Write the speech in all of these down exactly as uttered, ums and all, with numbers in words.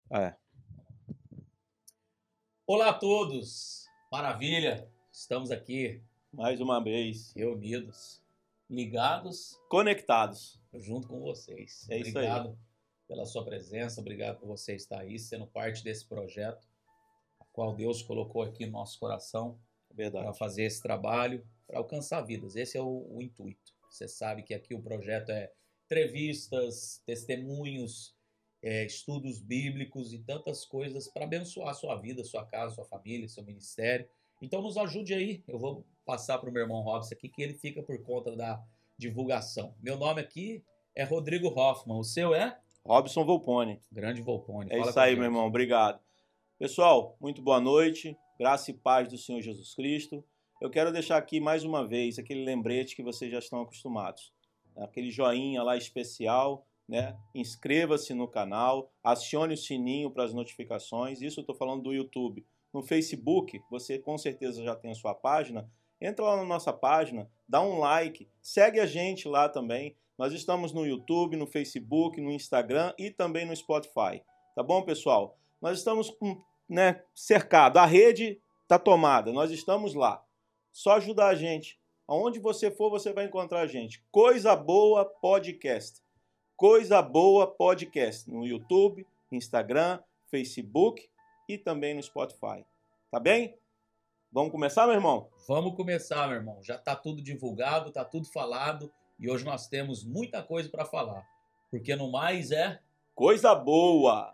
É. Olá a todos, maravilha, estamos aqui Mais uma vez. reunidos, ligados, Conectados. junto com vocês. É isso Obrigado aí. pela sua presença, obrigado por você estar aí, sendo parte desse projeto, a qual Deus colocou aqui no nosso coração para Verdade. fazer esse trabalho, para alcançar vidas. Esse é o, o intuito. Você sabe que aqui o projeto é entrevistas, testemunhos, é, estudos bíblicos e tantas coisas para abençoar a sua vida, sua casa, sua família, seu ministério. Então nos ajude aí. Eu vou passar para o meu irmão Robson aqui, que ele fica por conta da divulgação. Meu nome aqui é Rodrigo Hoffman. O seu é? Robson Volpone. Grande Volpone. É Fala isso com a aí, gente. meu irmão. Obrigado. Pessoal, muito boa noite. Graça e paz do Senhor Jesus Cristo. Eu quero deixar aqui mais uma vez aquele lembrete que vocês já estão acostumados. Aquele joinha lá especial, né? Inscreva-se no canal, acione o sininho para as notificações. Isso eu estou falando do YouTube. No Facebook, você com certeza já tem a sua página. Entra lá na nossa página, dá um like, segue a gente lá também. Nós estamos no YouTube, no Facebook, no Instagram e também no Spotify. Tá bom, pessoal? Nós estamos né, cercados. A rede está tomada, nós estamos lá. Só ajudar a gente. Aonde você for, você vai encontrar a gente. Coisa Boa Podcast. Coisa Boa Podcast. No YouTube, Instagram, Facebook e também no Spotify. Tá bem? Vamos começar, meu irmão? Vamos começar, meu irmão. Já está tudo divulgado, está tudo falado e hoje nós temos muita coisa para falar. Porque no mais é... Coisa boa!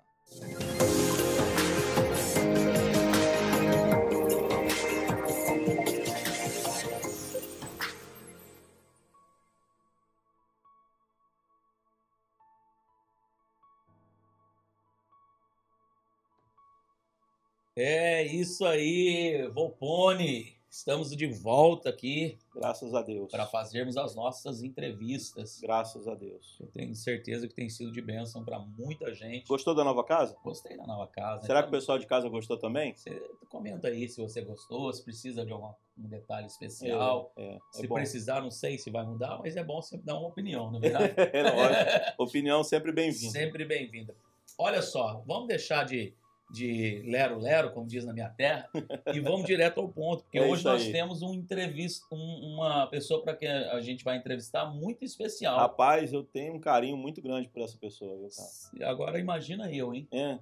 É isso aí, Volpone. Estamos de volta aqui. Graças a Deus. Para fazermos as nossas entrevistas. Graças a Deus. Eu tenho certeza que tem sido de bênção para muita gente. Gostou da nova casa? Gostei da nova casa. Será então, que o pessoal de casa gostou também? Você comenta aí se você gostou, se precisa de algum um detalhe especial. É, é, é se bom. precisar, não sei se vai mudar, mas é bom sempre dar uma opinião, não é verdade? É lógico. Opinião sempre bem-vinda. Sempre bem-vinda. Olha só, vamos deixar de... de lero-lero, como diz na minha terra, e vamos direto ao ponto, porque é hoje nós aí. temos um entrevista, um, uma pessoa para quem a gente vai entrevistar muito especial. Rapaz, eu tenho um carinho muito grande por essa pessoa, viu, cara? Agora imagina eu, hein? É.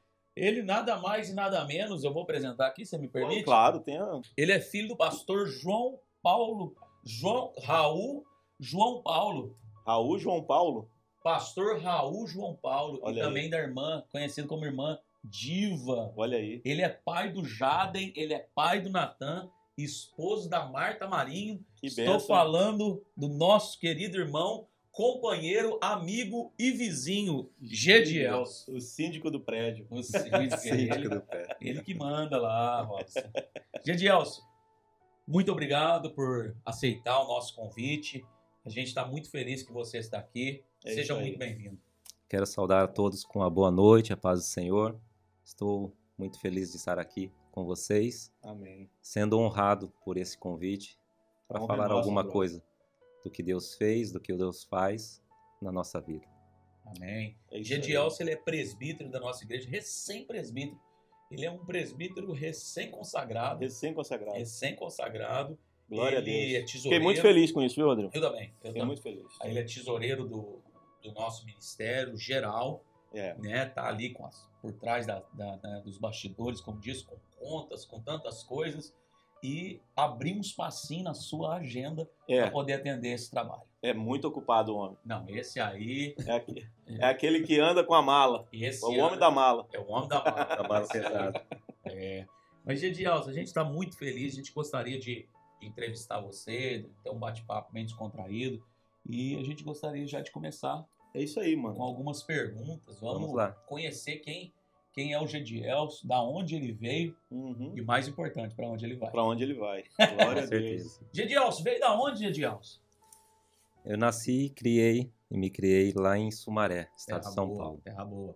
Ele nada mais e nada menos, eu vou apresentar aqui, você me permite? Claro, tem a... Ele é filho do pastor João Paulo, João Raul João Paulo. Raul João Paulo? Pastor Raul João Paulo, Olha e aí. também da irmã, conhecido como irmã Diva. Olha aí. Ele é pai do Jaden, ele é pai do Natan, esposo da Marta Marinho. Que Estou bênção. falando do nosso querido irmão, companheiro, amigo e vizinho, Gedielson. O síndico do prédio. O síndico, Síndico ele, do prédio. ele que manda lá, Robson. Gedielson, muito obrigado por aceitar o nosso convite. A gente está muito feliz que você está aqui. É Seja isso aí. muito bem-vindo. Quero saudar a todos com uma boa noite, a paz do Senhor. Estou muito feliz de estar aqui com vocês, Amém. sendo honrado por esse convite para Honra falar nossa, alguma brother. coisa do que Deus fez, do que Deus faz na nossa vida. Amém. É isso aí. Gedielson, ele é presbítero da nossa igreja, recém-presbítero. Ele é um presbítero recém-consagrado. Recém-consagrado. Recém-consagrado. Glória ele a Deus. é tesoureiro. Fiquei muito feliz com isso, viu, Rodrigo? Eu também. Eu Fiquei também. muito feliz. Aí ele é tesoureiro do, do nosso ministério geral, É. né? Tá ali com as, por trás da, da, da- dos bastidores, como diz, com contas, com tantas coisas. E abrir um espacinho na sua agenda para É. poder atender esse trabalho. É muito ocupado o homem. Não, esse aí... É, aqui- é aquele que anda com a mala. Esse O ano- homem da mala. É o homem da mala. Trabalho pesado. É. Mas, Gedielson, a gente está muito feliz, a gente gostaria de, de entrevistar você, de ter um bate-papo bem descontraído. E a gente gostaria já de começar É isso aí, com mano. algumas perguntas. Vamos, Vamos lá. conhecer quem, quem é o Gedielson, da onde ele veio Uhum. e, mais importante, para onde ele vai. Pra onde ele vai. Glória Com a Deus. certeza. Gedielson, veio da onde, Gedielson? Eu nasci, criei e me criei lá em Sumaré, estado Terra de São boa, Paulo. Terra boa.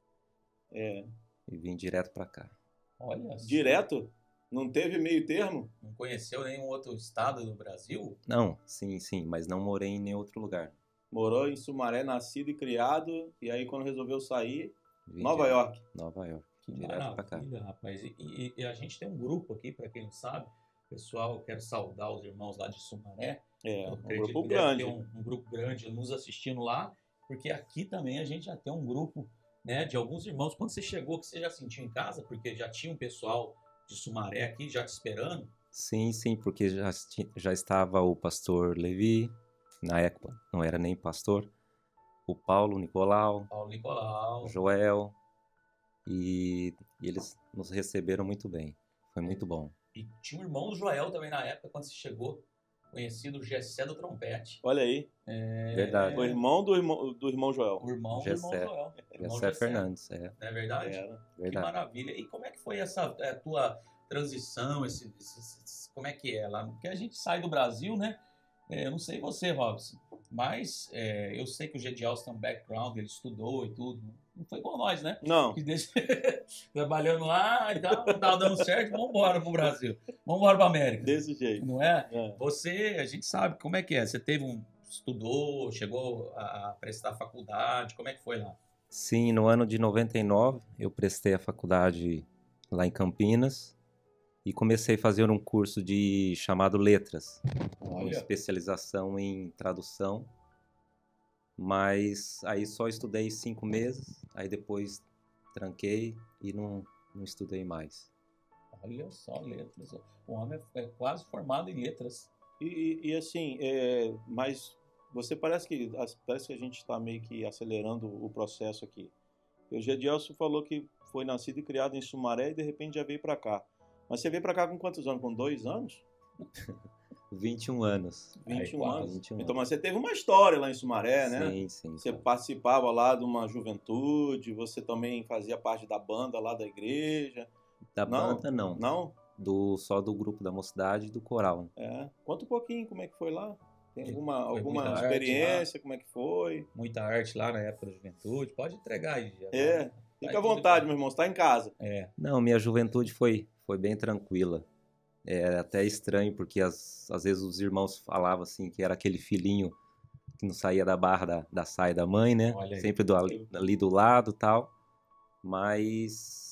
É. E vim direto para cá. Olha só. Direto? Não teve meio termo? Não conheceu nenhum outro estado do Brasil? Não, sim, sim, mas não morei em nenhum outro lugar. Morou em Sumaré, nascido e criado. E aí, quando resolveu sair, Vim Nova direto- York. Nova York. Que Direto pra cá. maravilha, rapaz. E, e- e a gente tem um grupo aqui, para quem não sabe, pessoal, eu quero saudar os irmãos lá de Sumaré. É, Eu um acredito grupo que deve grande. ter um, um grupo grande nos assistindo lá, porque aqui também a gente já tem um grupo, né, de alguns irmãos. Quando você chegou, que você já sentiu em casa, porque já tinha um pessoal de Sumaré aqui já te esperando. Sim, sim, porque já, esti- já estava o pastor Levi, na época não era nem pastor, o Paulo Nicolau, Paulo Nicolau. o Joel, e, e eles nos receberam muito bem. Foi muito bom. E tinha o irmão do Joel também na época, quando você chegou, conhecido Gessé do Trompete. Olha aí. É, Verdade. O irmão do irmão, do irmão Joel. O irmão do irmão Gessé. Joel. Irmão José Fernandes, é Não é verdade? Era. Que verdade. maravilha. E como é que foi essa é, tua transição? Esse, esse- esse- como é que é lá? Porque a gente sai do Brasil, né? É, eu não sei você, Robson, mas é, eu sei que o Gedielson tem um background, ele estudou e tudo. Não foi igual nós, né? Não. Que deixa- Trabalhando lá e tal, não tava dando certo, vamos embora pro Brasil. Vamos embora pra América. Desse jeito. Não é? É. Você, a gente sabe como é que é. Você teve um. Estudou, chegou a, a prestar faculdade, como é que foi lá? Sim, no ano de noventa e nove eu prestei a faculdade lá em Campinas e comecei a fazer um curso de chamado Letras, uma Olha. especialização em tradução, mas aí só estudei cinco meses, aí depois tranquei e não, não estudei mais. Olha só, letras. O homem é é quase formado em letras. E, e- e assim, é, mas você parece que as- parece que a gente está meio que acelerando o processo aqui. O Gedielson falou que foi nascido e criado em Sumaré e de repente já veio para cá. Mas você veio para cá com quantos anos? Com dois anos? vinte e um anos. vinte e um quase. anos? vinte e um Então, mas você teve uma história lá em Sumaré, né? Sim, sim. Você claro. participava lá de uma juventude, você também fazia parte da banda lá da igreja. Da Não, banda não, Não? do, só do grupo da mocidade e do coral. né? É. Conta um pouquinho como é que foi lá. Tem Foi alguma, muita alguma arte experiência? Como é que foi? Muita arte lá na época da juventude. Pode entregar aí. já. É. Vai Fica à tudo vontade, bem. meu irmão. Você está em casa. É. Não, minha juventude foi, foi bem tranquila. É até estranho, porque as, às vezes os irmãos falavam assim que era aquele filhinho que não saía da barra da, da saia da mãe, né? Olha aí. Sempre do, ali, ali do lado e tal. Mas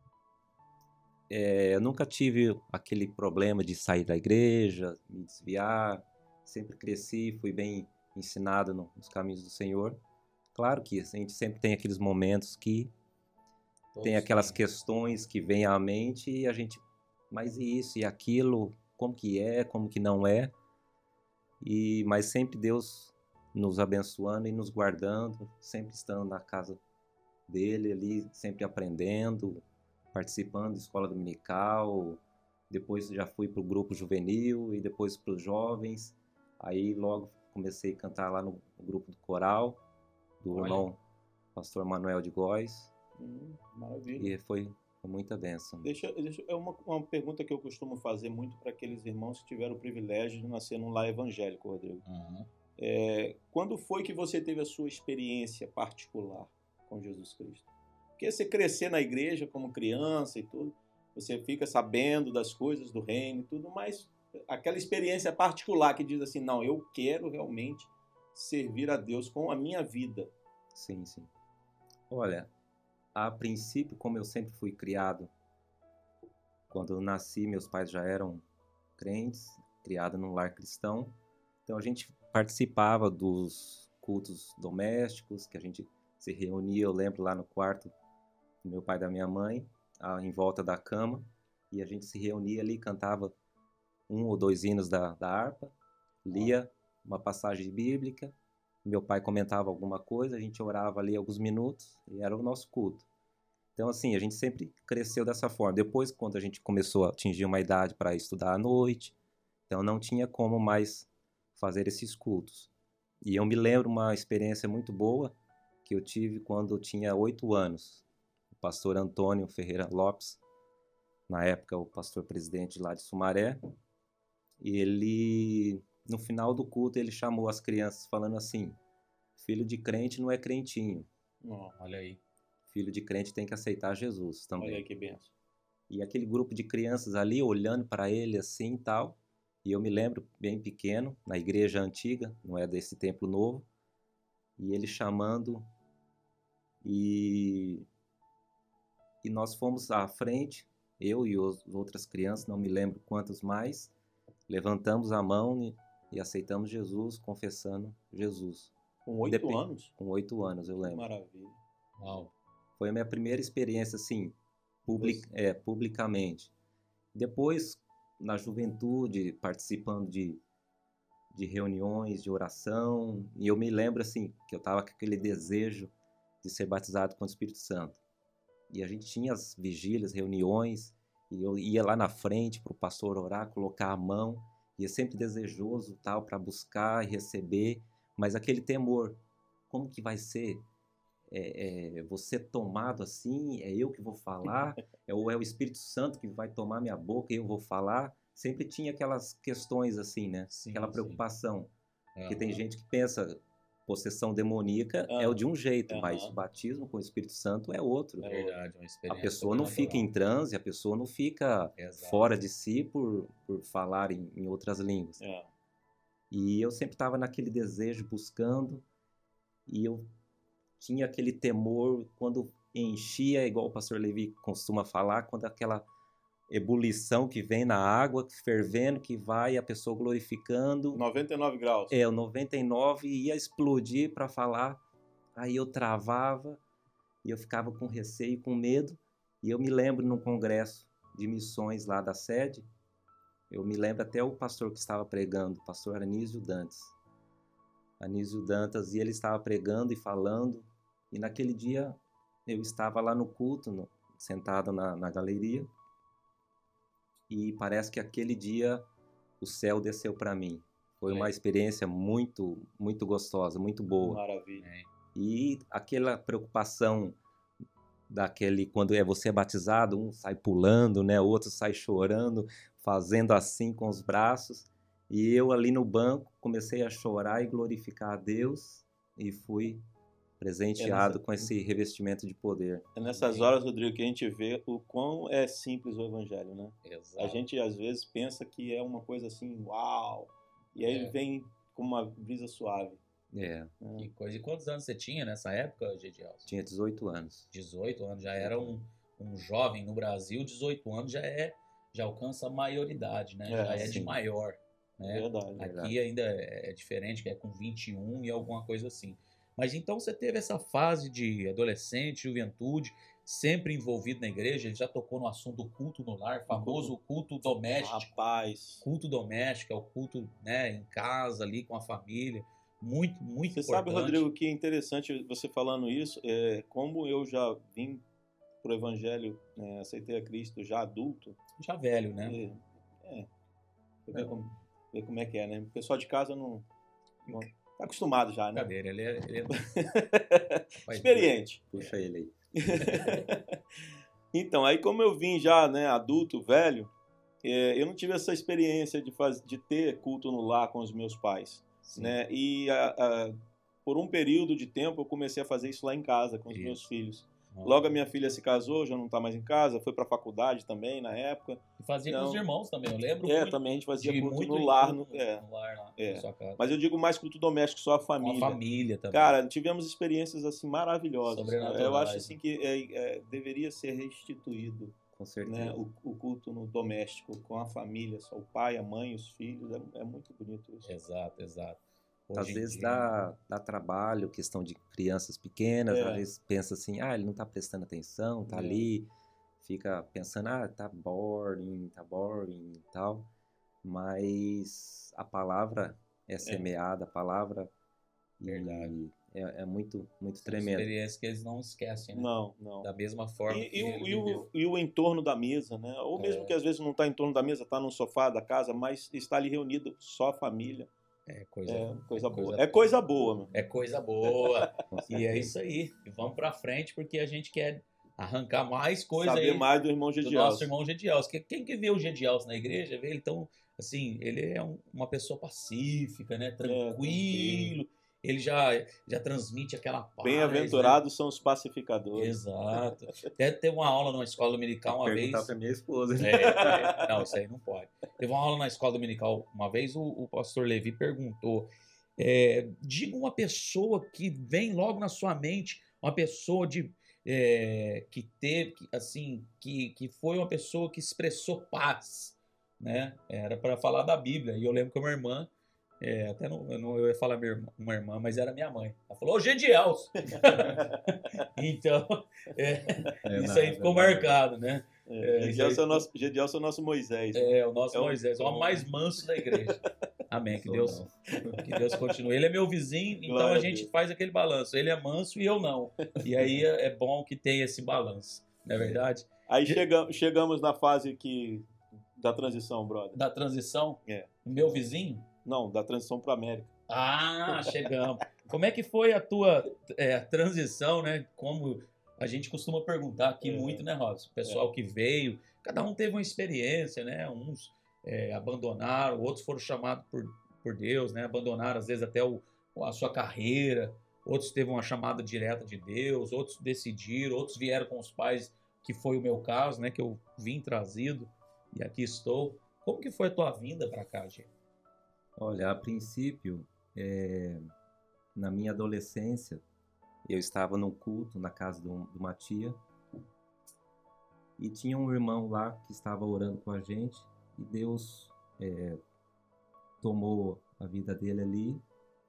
é, eu nunca tive aquele problema de sair da igreja, me desviar. Sempre cresci, fui bem ensinado no- nos caminhos do Senhor. Claro que a gente sempre tem aqueles momentos que Todos tem aquelas têm. questões que vêm à mente e a gente, mas e isso e aquilo, como que é, como que não é, e mas sempre Deus nos abençoando e nos guardando, sempre estando na casa dele ali, sempre aprendendo, participando de escola dominical, depois já fui para o grupo juvenil e depois para os jovens, aí logo comecei a cantar lá no, no grupo do coral, do Olha. irmão pastor Manuel de Góes, Hum, maravilha. e foi, foi muita bênção. Deixa, deixa, é uma, uma pergunta que eu costumo fazer muito para aqueles irmãos que tiveram o privilégio de nascer num lar evangélico, Rodrigo. Uhum. É, quando foi que você teve a sua experiência particular com Jesus Cristo? Porque você crescer na igreja como criança e tudo, você fica sabendo das coisas do reino e tudo, mas aquela experiência particular que diz assim, não, eu quero realmente servir a Deus com a minha vida. Sim, sim. Olha, a princípio, como eu sempre fui criado, quando eu nasci, meus pais já eram crentes, criado num lar cristão, então a gente participava dos cultos domésticos, que a gente se reunia, eu lembro lá no quarto do meu pai e da minha mãe, ah, em volta da cama, e a gente se reunia ali, cantava um ou dois hinos da, da harpa, lia uma passagem bíblica, meu pai comentava alguma coisa, a gente orava ali alguns minutos e era o nosso culto. Então, assim, a gente sempre cresceu dessa forma. Depois, quando a gente começou a atingir uma idade para estudar à noite, então não tinha como mais fazer esses cultos. E eu me lembro uma experiência muito boa que eu tive quando eu tinha oito anos. O pastor Antônio Ferreira Lopes, na época o pastor presidente lá de Sumaré, e ele, no final do culto, ele chamou as crianças falando assim, filho de crente não é crentinho, Não, Olha aí. filho de crente tem que aceitar Jesus também. olha aí que benção. E aquele grupo de crianças ali olhando para ele assim e tal, e eu me lembro bem pequeno, na igreja antiga, não é desse templo novo, e ele chamando, e e nós fomos à frente, eu e as outras crianças, não me lembro quantos mais, levantamos a mão e, e aceitamos Jesus, confessando Jesus. Com oito Dep- anos? Com oito anos, eu Que lembro. maravilha. Uau. Foi a minha primeira experiência, assim, public, Você- é, publicamente. Depois, na juventude, participando de, de reuniões de oração, e eu me lembro, assim, que eu estava com aquele desejo de ser batizado com o Espírito Santo. E a gente tinha as vigílias, reuniões, e eu ia lá na frente para o pastor orar, colocar a mão, e eu sempre desejoso, tal, para buscar e receber, mas aquele temor, como que vai ser? É, é, você tomado assim, é eu que vou falar, é, ou é o Espírito Santo que vai tomar minha boca e eu vou falar? Sempre tinha aquelas questões assim, né? Sim, Aquela sim. preocupação. Porque tem Aham. gente que pensa, possessão demoníaca é Aham. o de um jeito, mas Aham. o batismo com o Espírito Santo é outro. É Verdade, uma A experiência pessoa não fica em sobrenatural. transe, a pessoa não fica Exato. fora de si por, por falar em, em outras línguas. É. E eu sempre estava naquele desejo, buscando, e eu tinha aquele temor quando enchia, igual o pastor Levi costuma falar, quando aquela ebulição que vem na água, fervendo, que vai, a pessoa glorificando. noventa e nove graus. É, o noventa e nove ia explodir para falar, aí eu travava, e eu ficava com receio, com medo, e eu me lembro num congresso de missões lá da sede, eu me lembro até o pastor que estava pregando, o pastor Anísio Dantas. Anísio Dantas, e ele estava pregando e falando, e naquele dia eu estava lá no culto, no, sentado na, na galeria, e parece que aquele dia o céu desceu para mim. Foi uma É. experiência muito, muito gostosa, muito boa. Maravilha. É. E aquela preocupação daquele, quando é você é batizado, um sai pulando, né, o outro sai chorando, fazendo assim com os braços. E eu ali no banco comecei a chorar e glorificar a Deus e fui presenteado É nessa- com esse revestimento de poder. É nessas Amém. horas, Rodrigo, que a gente vê o quão é simples o evangelho, né? Exato. A gente às vezes pensa que é uma coisa assim, uau, e aí É. vem com uma brisa suave. É, Né? Que coisa. E quantos anos você tinha nessa época, Gedielson? tinha dezoito anos. dezoito anos, já era um, um jovem no Brasil, dezoito anos já é, já alcança a maioridade, né? É, já é de sim. maior, É né? verdade. Verdade. Aqui ainda é diferente, que é com vinte e um e alguma coisa assim. Mas então você teve essa fase de adolescente, juventude, sempre envolvido na igreja, ele já tocou no assunto do culto no lar, famoso culto doméstico. Rapaz, Culto doméstico, é o culto, né, em casa ali com a família. Muito, muito você importante. sabe, Rodrigo, que é interessante você falando isso, é, como eu já vim pro evangelho, né, aceitei a Cristo já adulto, Já velho, né? é, é, você vê como, vê como é que é, né? O pessoal de casa não, não tá acostumado já, né? Brincadeira, ele é, ele é Rapaz, Experiente. Puxa ele aí. Então, aí como eu vim já, né, adulto, velho, é, eu não tive essa experiência de, faz, de ter culto no lar com os meus pais, Sim. né? E a, a, por um período de tempo eu comecei a fazer isso lá em casa com os Isso. meus filhos. Ó. Logo a minha filha se casou, já não está mais em casa, foi para a faculdade também na época. E fazia com Não. os irmãos também, eu lembro. É, muito também a gente fazia de culto muito no lar, culto no, é, no lar lá, é. na sua casa. mas eu digo mais culto doméstico, só a Com família. a família também. Cara, tivemos experiências assim maravilhosas. Sobrenaturais, Eu acho né? assim que é, é, deveria ser restituído, Com certeza. né, o, o culto no doméstico com a família, só o pai, a mãe, os filhos. É, é muito bonito isso. Exato, exato. Hoje Às em vezes dia, dá, dá trabalho, questão de crianças pequenas, É. às vezes pensa assim, ah, ele não tá prestando atenção, tá É. ali, fica pensando, ah, tá boring, tá boring e tal, mas a palavra é semeada, a palavra e Verdade. é, é muito, muito são tremendo. experiências que eles não esquecem, né? Não, não. Da mesma forma E, que e, o, ele e, o, viveu. e o entorno da mesa, né? Ou mesmo É. que às vezes não está em torno da mesa, está no sofá da casa, mas está ali reunido só a família. É coisa, É coisa é boa. coisa- É coisa boa, meu. É coisa boa. Com E é certeza. isso aí. E vamos pra frente porque a gente quer arrancar mais coisa Saber aí mais do irmão do Gedielson. nosso irmão Gedielson. Que- Quem que vê o Gedielson na igreja, vê ele tão, assim, ele é um- uma pessoa pacífica, né? Tranquilo. tranquilo. Ele já, já transmite aquela paz. Bem-aventurados são os Né? pacificadores. Exato. Até teve uma aula numa escola dominical uma Perguntar vez. pra minha esposa. É, é, não, isso aí não pode. Teve uma aula na escola dominical uma vez, o, o pastor Levi perguntou: é, diga uma pessoa que vem logo na sua mente, uma pessoa de, é, que teve, que, assim, que, que foi uma pessoa que expressou paz, né? Era para falar da Bíblia. E eu lembro que uma irmã, é, até não, eu não eu ia falar minha irmã, uma irmã, mas era minha mãe. Ela falou, ô Gedielson! Então, é, É isso nada, aí ficou é nada. marcado, né? É, É, isso Gedielson é aí- o nosso, Gedielson é o nosso Moisés. né? É, o nosso É um- Moisés, é o é um- mais manso da igreja. Amém. Que Sou Deus, não. que Deus continue. Ele é meu vizinho, então Glória a a gente Deus. faz aquele balanço. Ele é manso e eu não. E aí é é bom que tenha esse balanço, não é verdade? Aí chega, chegamos na fase que, da transição, brother. Da transição, É. o meu vizinho. Não, da transição para América. Ah, chegamos. Como é que foi a tua é, transição, né? Como a gente costuma perguntar aqui É. muito, né, Robson? O pessoal que veio, cada um teve uma experiência, né? Uns é, abandonaram, outros foram chamados por, por Deus, né? Abandonaram, às vezes, até o, a sua carreira. Outros teve uma chamada direta de Deus, outros decidiram, outros vieram com os pais, que foi o meu caso, né? Que eu vim trazido e aqui estou. Como que foi a tua vinda para cá, Gê? Olha, a princípio, é, na minha adolescência, eu estava num culto na casa de, um- de uma tia e tinha um irmão lá que estava orando com a gente e Deus é, tomou a vida dele ali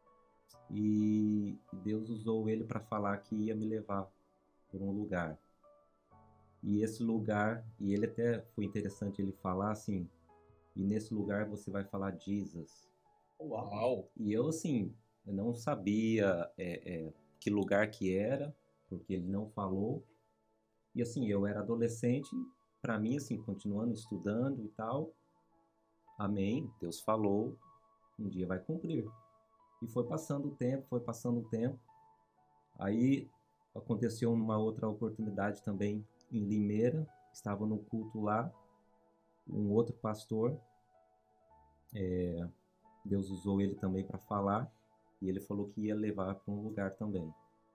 e Deus usou ele para falar que ia me levar por um lugar. E esse lugar, e ele até foi interessante ele falar assim, e nesse lugar você vai falar Jesus. Uau! E eu, assim, eu não sabia é, é, que lugar que era, porque ele não falou. E, assim, eu era adolescente, para mim, assim, continuando estudando e tal. Amém, Deus falou, um dia vai cumprir. E foi passando o tempo, foi passando o tempo. Aí aconteceu numa outra oportunidade também em Limeira, estava no culto lá, um outro pastor, é, Deus usou ele também para falar e ele falou que ia levar para um lugar também.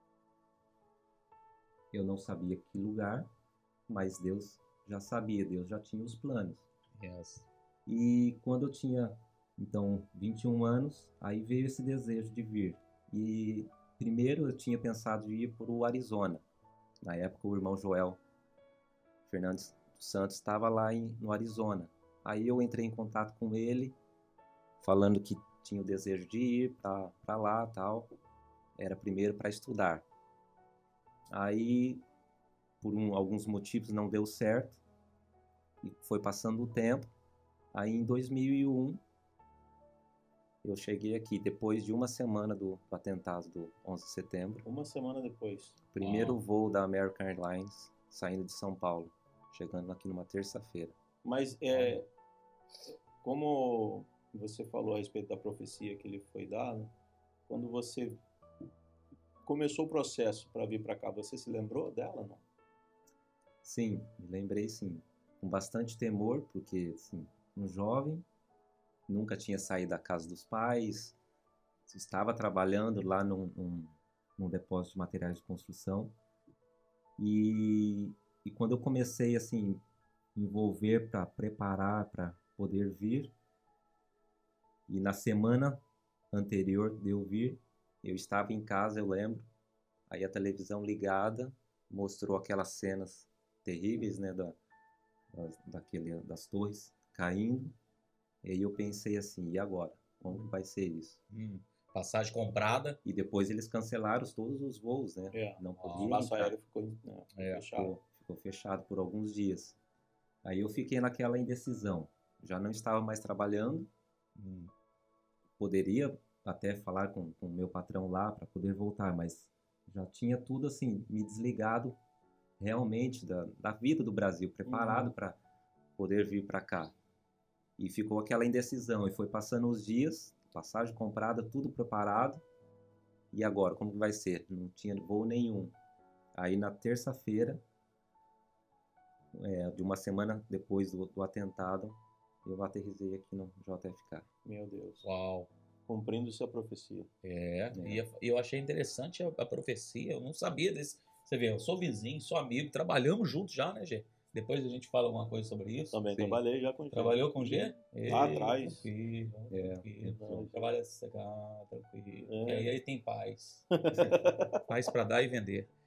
Eu não sabia que lugar, mas Deus já sabia, Deus já tinha os planos. Yes. E quando eu tinha, então, vinte e um anos, aí veio esse desejo de vir. E primeiro eu tinha pensado em ir para o Arizona. Na época o irmão Joel Fernandes dos Santos estava lá em, no Arizona. Aí eu entrei em contato com ele, falando que tinha o desejo de ir para lá tal. Era primeiro para estudar. Aí, por um, alguns motivos, não deu certo. E foi passando o tempo. Aí, em dois mil e um, eu cheguei aqui, depois de uma semana do, do atentado do onze de setembro. Uma semana depois. Primeiro Ah. voo da American Airlines, saindo de São Paulo. Chegando aqui numa terça-feira. Mas, é, como você falou a respeito da profecia que lhe foi dada, quando você começou o processo para vir para cá, você se lembrou dela, não? Sim, me lembrei sim. Com bastante temor, porque, assim, um jovem, nunca tinha saído da casa dos pais, estava trabalhando lá num, num, num depósito de materiais de construção. E, e quando eu comecei, assim, envolver para preparar para poder vir, e na semana anterior de eu vir, eu estava em casa, eu lembro, aí a televisão ligada mostrou aquelas cenas terríveis, né, da, das, daquele, das torres caindo, e aí eu pensei assim, e agora? Como que vai ser isso? Hum, passagem comprada. E depois eles cancelaram todos os voos, né? É. Não O podia espaço entrar. aéreo ficou, né, É, fechado. Ficou, ficou fechado por alguns dias. Aí eu fiquei naquela indecisão. Já não estava mais trabalhando, Hum, poderia até falar com o meu patrão lá para poder voltar, mas já tinha tudo assim, me desligado realmente da, da vida do Brasil, preparado Uhum. para poder vir para cá. E ficou aquela indecisão, e foi passando os dias, passagem comprada, tudo preparado, e agora, como que vai ser? Não tinha voo nenhum. Aí na terça-feira, é, de uma semana depois do, do atentado, eu aterrissei aqui no J F K. Meu Deus. uau. Cumprindo-se a profecia. É, É. e eu- eu achei interessante a, a profecia, eu não sabia desse. Você vê, eu sou vizinho, sou amigo, trabalhamos juntos já, né, Gê? Depois a gente fala alguma coisa sobre isso. Também Sim. trabalhei já com gente. Trabalhou com G? Lá atrás. Tranquilo, É, tranquilo. então. Trabalha sossegado, tranquilo. É. E aí, aí tem paz. Paz para dar e vender.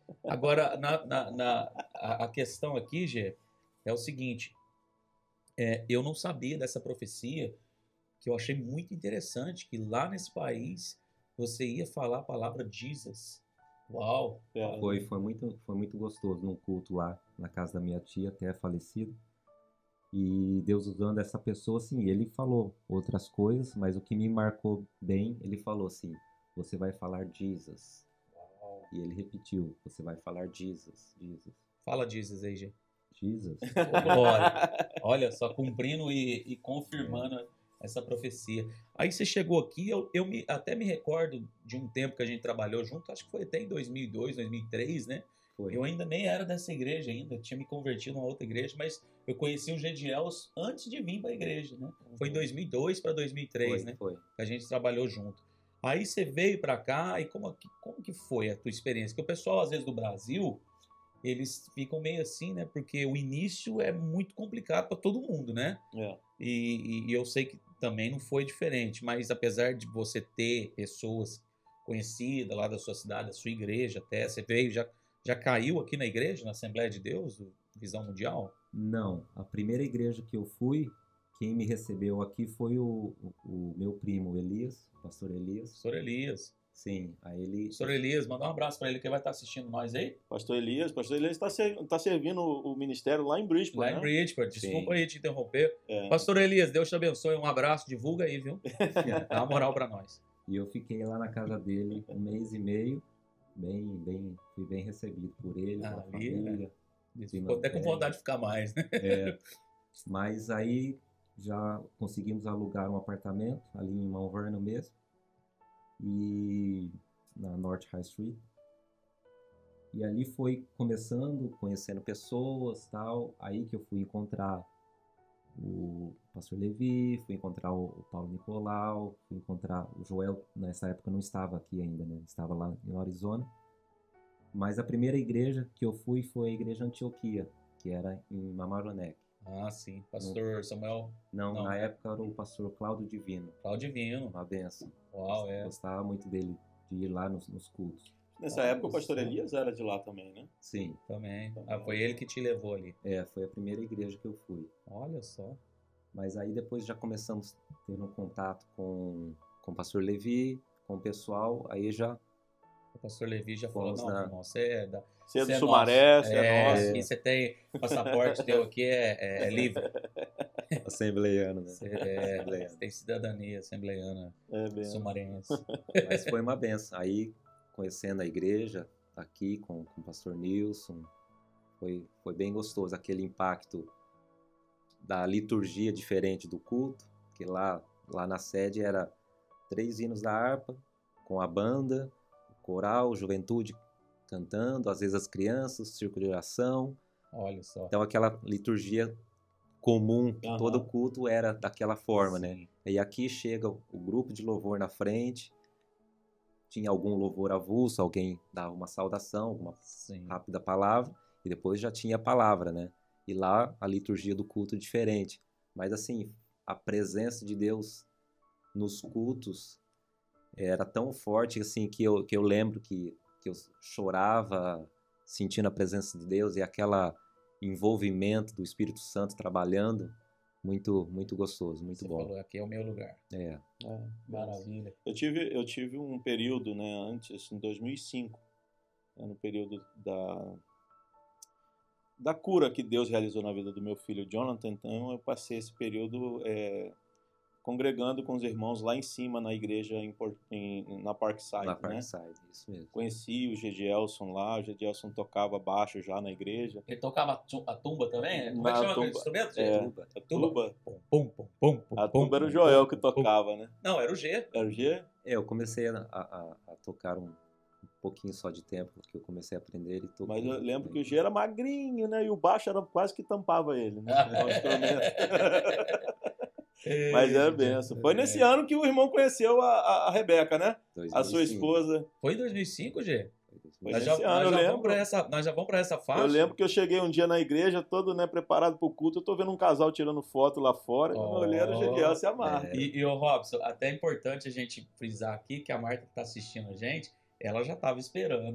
Agora, na, na, na- a, a questão aqui, Gê, é o seguinte. É, eu não sabia dessa profecia, que eu achei muito interessante, que lá nesse país você ia falar a palavra Jesus. Uau! É, Foi, foi muito, foi muito gostoso num culto lá na casa da minha tia, até falecida. E Deus usando essa pessoa, assim, ele falou outras coisas, mas o que me marcou bem, ele falou assim, você vai falar Jesus. Uau. E ele repetiu, você vai falar Jesus, Jesus, Fala Jesus aí, Gê. Jesus. Ô, glória. Olha só, cumprindo e, e confirmando essa profecia. Aí você chegou aqui, eu, eu me, até me recordo de um tempo que a gente trabalhou junto, acho que foi até em dois mil e dois, dois mil e três, né? Foi. Eu ainda nem era dessa igreja ainda, tinha me convertido numa outra igreja, mas eu conheci o Gediels antes de vir para a igreja, né? Foi em dois mil e dois para dois mil e três, Foi, né? foi. Que a gente trabalhou junto. Aí você veio para cá e como, que- como que foi a tua experiência? Porque o pessoal, às vezes, do Brasil, eles ficam meio assim, né? Porque o início é muito complicado para todo mundo, né? é. E, e eu sei que também não foi diferente, mas apesar de você ter pessoas conhecidas lá da sua cidade, da sua igreja até, você veio, já, já caiu aqui na igreja, na Assembleia de Deus, do Visão Mundial? Não, a primeira igreja que eu fui, quem me recebeu aqui foi o, o, o meu primo Elias, o pastor Elias. Pastor Elias. Sim, aí ele... Pastor Elias, manda um abraço para ele que vai estar assistindo nós aí. Pastor Elias, Pastor Elias está tá servindo o, o ministério lá em Bridgeport, Lá né? em Bridgeport, desculpa Sim. aí te interromper. É. Pastor Elias, Deus te abençoe, um abraço, divulga aí, viu? Dá uma moral para nós. E eu fiquei lá na casa dele um mês e meio, bem, bem, fui bem recebido por ele, Ah, pela ali, família. Ficou até com vontade de ficar mais, né? É, mas aí já conseguimos alugar um apartamento ali em Mount Vernon mesmo, e na North High Street. E ali foi começando, conhecendo pessoas, tal. Aí que eu fui encontrar o pastor Levi, fui encontrar o, o Paulo Nicolau, fui encontrar o Joel. Nessa época não estava aqui ainda, né? Estava lá em Arizona. Mas a primeira igreja que eu fui foi a igreja Antioquia, que era em Mamaroneck. Ah, sim. Pastor Samuel Não, Não. na época era o pastor Cláudio Divino, Claudivino. uma benção. Uau, é. Gostava muito dele, de ir lá nos, nos cultos. Nessa Olha época o pastor só. Elias era de lá também, né? Sim, Também. Ah, foi ele que te levou ali. é, foi a primeira igreja que eu fui. Olha só. Mas aí depois já começamos a ter um contato com, com o pastor Levi, com o pessoal, aí já... O pastor Levi já falou, Fomos não, na- irmão, você é da... Você é do você Sumaré, nosso. você é, É, nosso. aqui você tem... O passaporte teu aqui é, é, é livre. Assembleiano, né? Você, é, Assembleiano. você tem cidadania assembleiana É bem. sumarense. Mas foi uma benção. Aí, conhecendo a igreja, aqui com, com o pastor Nilson, foi, foi bem gostoso. Aquele impacto da liturgia diferente do culto, que lá, lá na sede era três hinos da harpa, com a banda, o coral, juventude cantando, às vezes as crianças, círculo de oração. Olha só. Então aquela liturgia comum, que Aham. todo culto era daquela forma, né? Sim. E aqui chega o grupo de louvor na frente, tinha algum louvor avulso, alguém dava uma saudação, uma Sim. rápida palavra, e depois já tinha a palavra, né? E lá a liturgia do culto é diferente. Mas assim, a presença de Deus nos cultos era tão forte assim que eu, que eu lembro que, que eu chorava sentindo a presença de Deus e aquela envolvimento do Espírito Santo trabalhando, muito muito gostoso, muito Você bom. falou, aqui é o meu lugar. É. É, Maravilha. Eu tive, eu tive um período, né, antes, em dois mil e cinco, né, no período da, da cura que Deus realizou na vida do meu filho Jonathan. Então eu passei esse período é, congregando com os irmãos lá em cima na igreja em, Por- em- na Parkside, Na né? Parkside, isso mesmo. Conheci o Gedielson lá, o Gedielson tocava baixo já na igreja. Ele tocava a tu- a tumba também? Como é Na que chama aquele tumba, instrumento, gente? é, Tuba. a tuba, Pum, pum, pum, pum, pum, a pum, tuba era o pum, Joel pum, que pum. tocava, né? Não, era o G. Era o G? É, eu comecei a, a- a tocar um, um pouquinho só de tempo, porque eu comecei a aprender e toquei. Mas eu lembro que o G era magrinho, né? E o baixo era quase que tampava ele, né? O instrumento. Mas é benção. Foi nesse ano que o irmão conheceu a, a, a Rebeca, né? A sua dois mil e cinco. esposa. Foi em dois mil e cinco, G? Foi Nós nesse já, ano, nós, eu já vamos lembro. pra essa, nós já vamos pra essa faixa. Eu lembro que eu cheguei um dia na igreja, todo, né, preparado pro culto. Eu tô vendo um casal tirando foto lá fora. Quando eu olhei, era o Gediel se amarra. É. E, e o Robson, até é importante a gente frisar aqui que a Marta que tá assistindo a gente, ela já tava esperando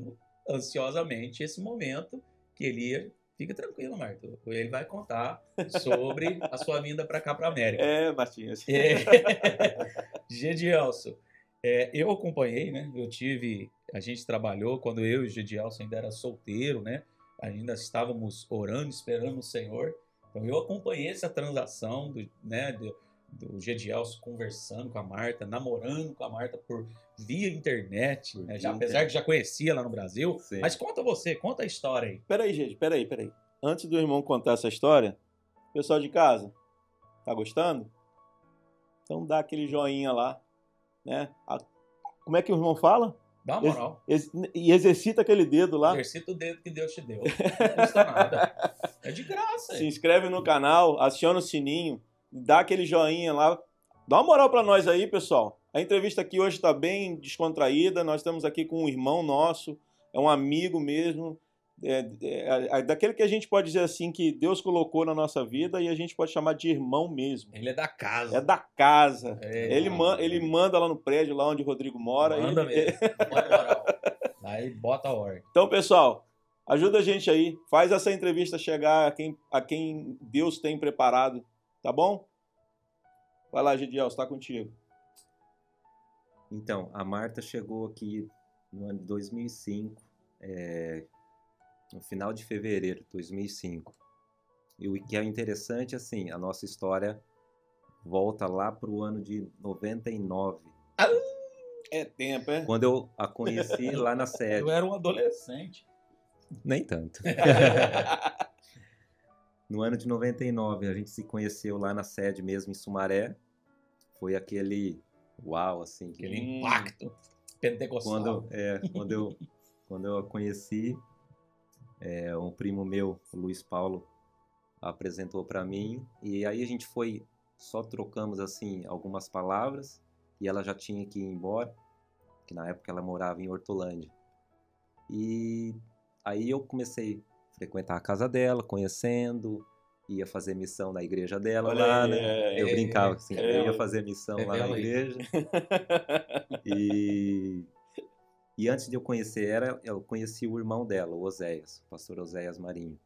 ansiosamente esse momento que ele ia. Fica tranquilo, Marta. Ele vai contar sobre a sua vinda para cá, para a América. É, Martins. É. Gedielson, é, eu acompanhei, né? Eu tive, a gente trabalhou quando eu e o Gedielson ainda era solteiro, né? Ainda estávamos orando, esperando o Senhor. Então eu acompanhei essa transação do, né, do, do Gedielson conversando com a Marta, namorando com a Marta por via internet, né? Já, apesar que já conhecia lá no Brasil. Sim. Mas conta você, conta a história aí. Peraí, gente, peraí, peraí. Antes do irmão contar essa história, pessoal de casa, tá gostando? Então dá aquele joinha lá, né? A... Como é que o irmão fala? Dá uma moral. Ex ex e exercita aquele dedo lá. Exercita o dedo que Deus te deu. Não custa nada. É de graça. Se inscreve no canal, aciona o sininho, dá aquele joinha lá. Dá uma moral para nós aí, pessoal. A entrevista aqui hoje está bem descontraída. Nós estamos aqui com um irmão nosso, é um amigo mesmo, é, é, é daquele que a gente pode dizer assim que Deus colocou na nossa vida e a gente pode chamar de irmão mesmo. Ele é da casa. É da casa. É, ele, man, ele manda lá no prédio, lá onde o Rodrigo mora. Manda ele... mesmo. Manda moral. Aí bota a ordem. Então, pessoal, ajuda a gente aí. Faz essa entrevista chegar a quem, a quem Deus tem preparado. Tá bom? Vai lá, Gediel, está contigo. Então, a Marta chegou aqui no ano de dois mil e cinco, é, no final de fevereiro de dois mil e cinco. E o que é interessante, assim, a nossa história volta lá para o ano de noventa e nove. Ah, é tempo, é? Quando eu a conheci lá na sede. Eu era um adolescente. Nem tanto. No ano de noventa e nove, a gente se conheceu lá na sede mesmo, em Sumaré. Foi aquele uau, assim. Aquele que... impacto pentecostal. Quando, é, quando, eu, quando eu a conheci, é, um primo meu, o Luiz Paulo, apresentou para mim. E aí a gente foi, só trocamos, assim, algumas palavras. E ela já tinha que ir embora, que na época ela morava em Hortolândia. E aí eu comecei a frequentar a casa dela, conhecendo, ia fazer missão na igreja dela. Olha lá, aí, né? É, eu é, brincava assim, é, eu ia fazer missão é, lá na igreja. E, e antes de eu conhecer ela, eu conheci o irmão dela, o Oséias, o pastor Oséias Marinho.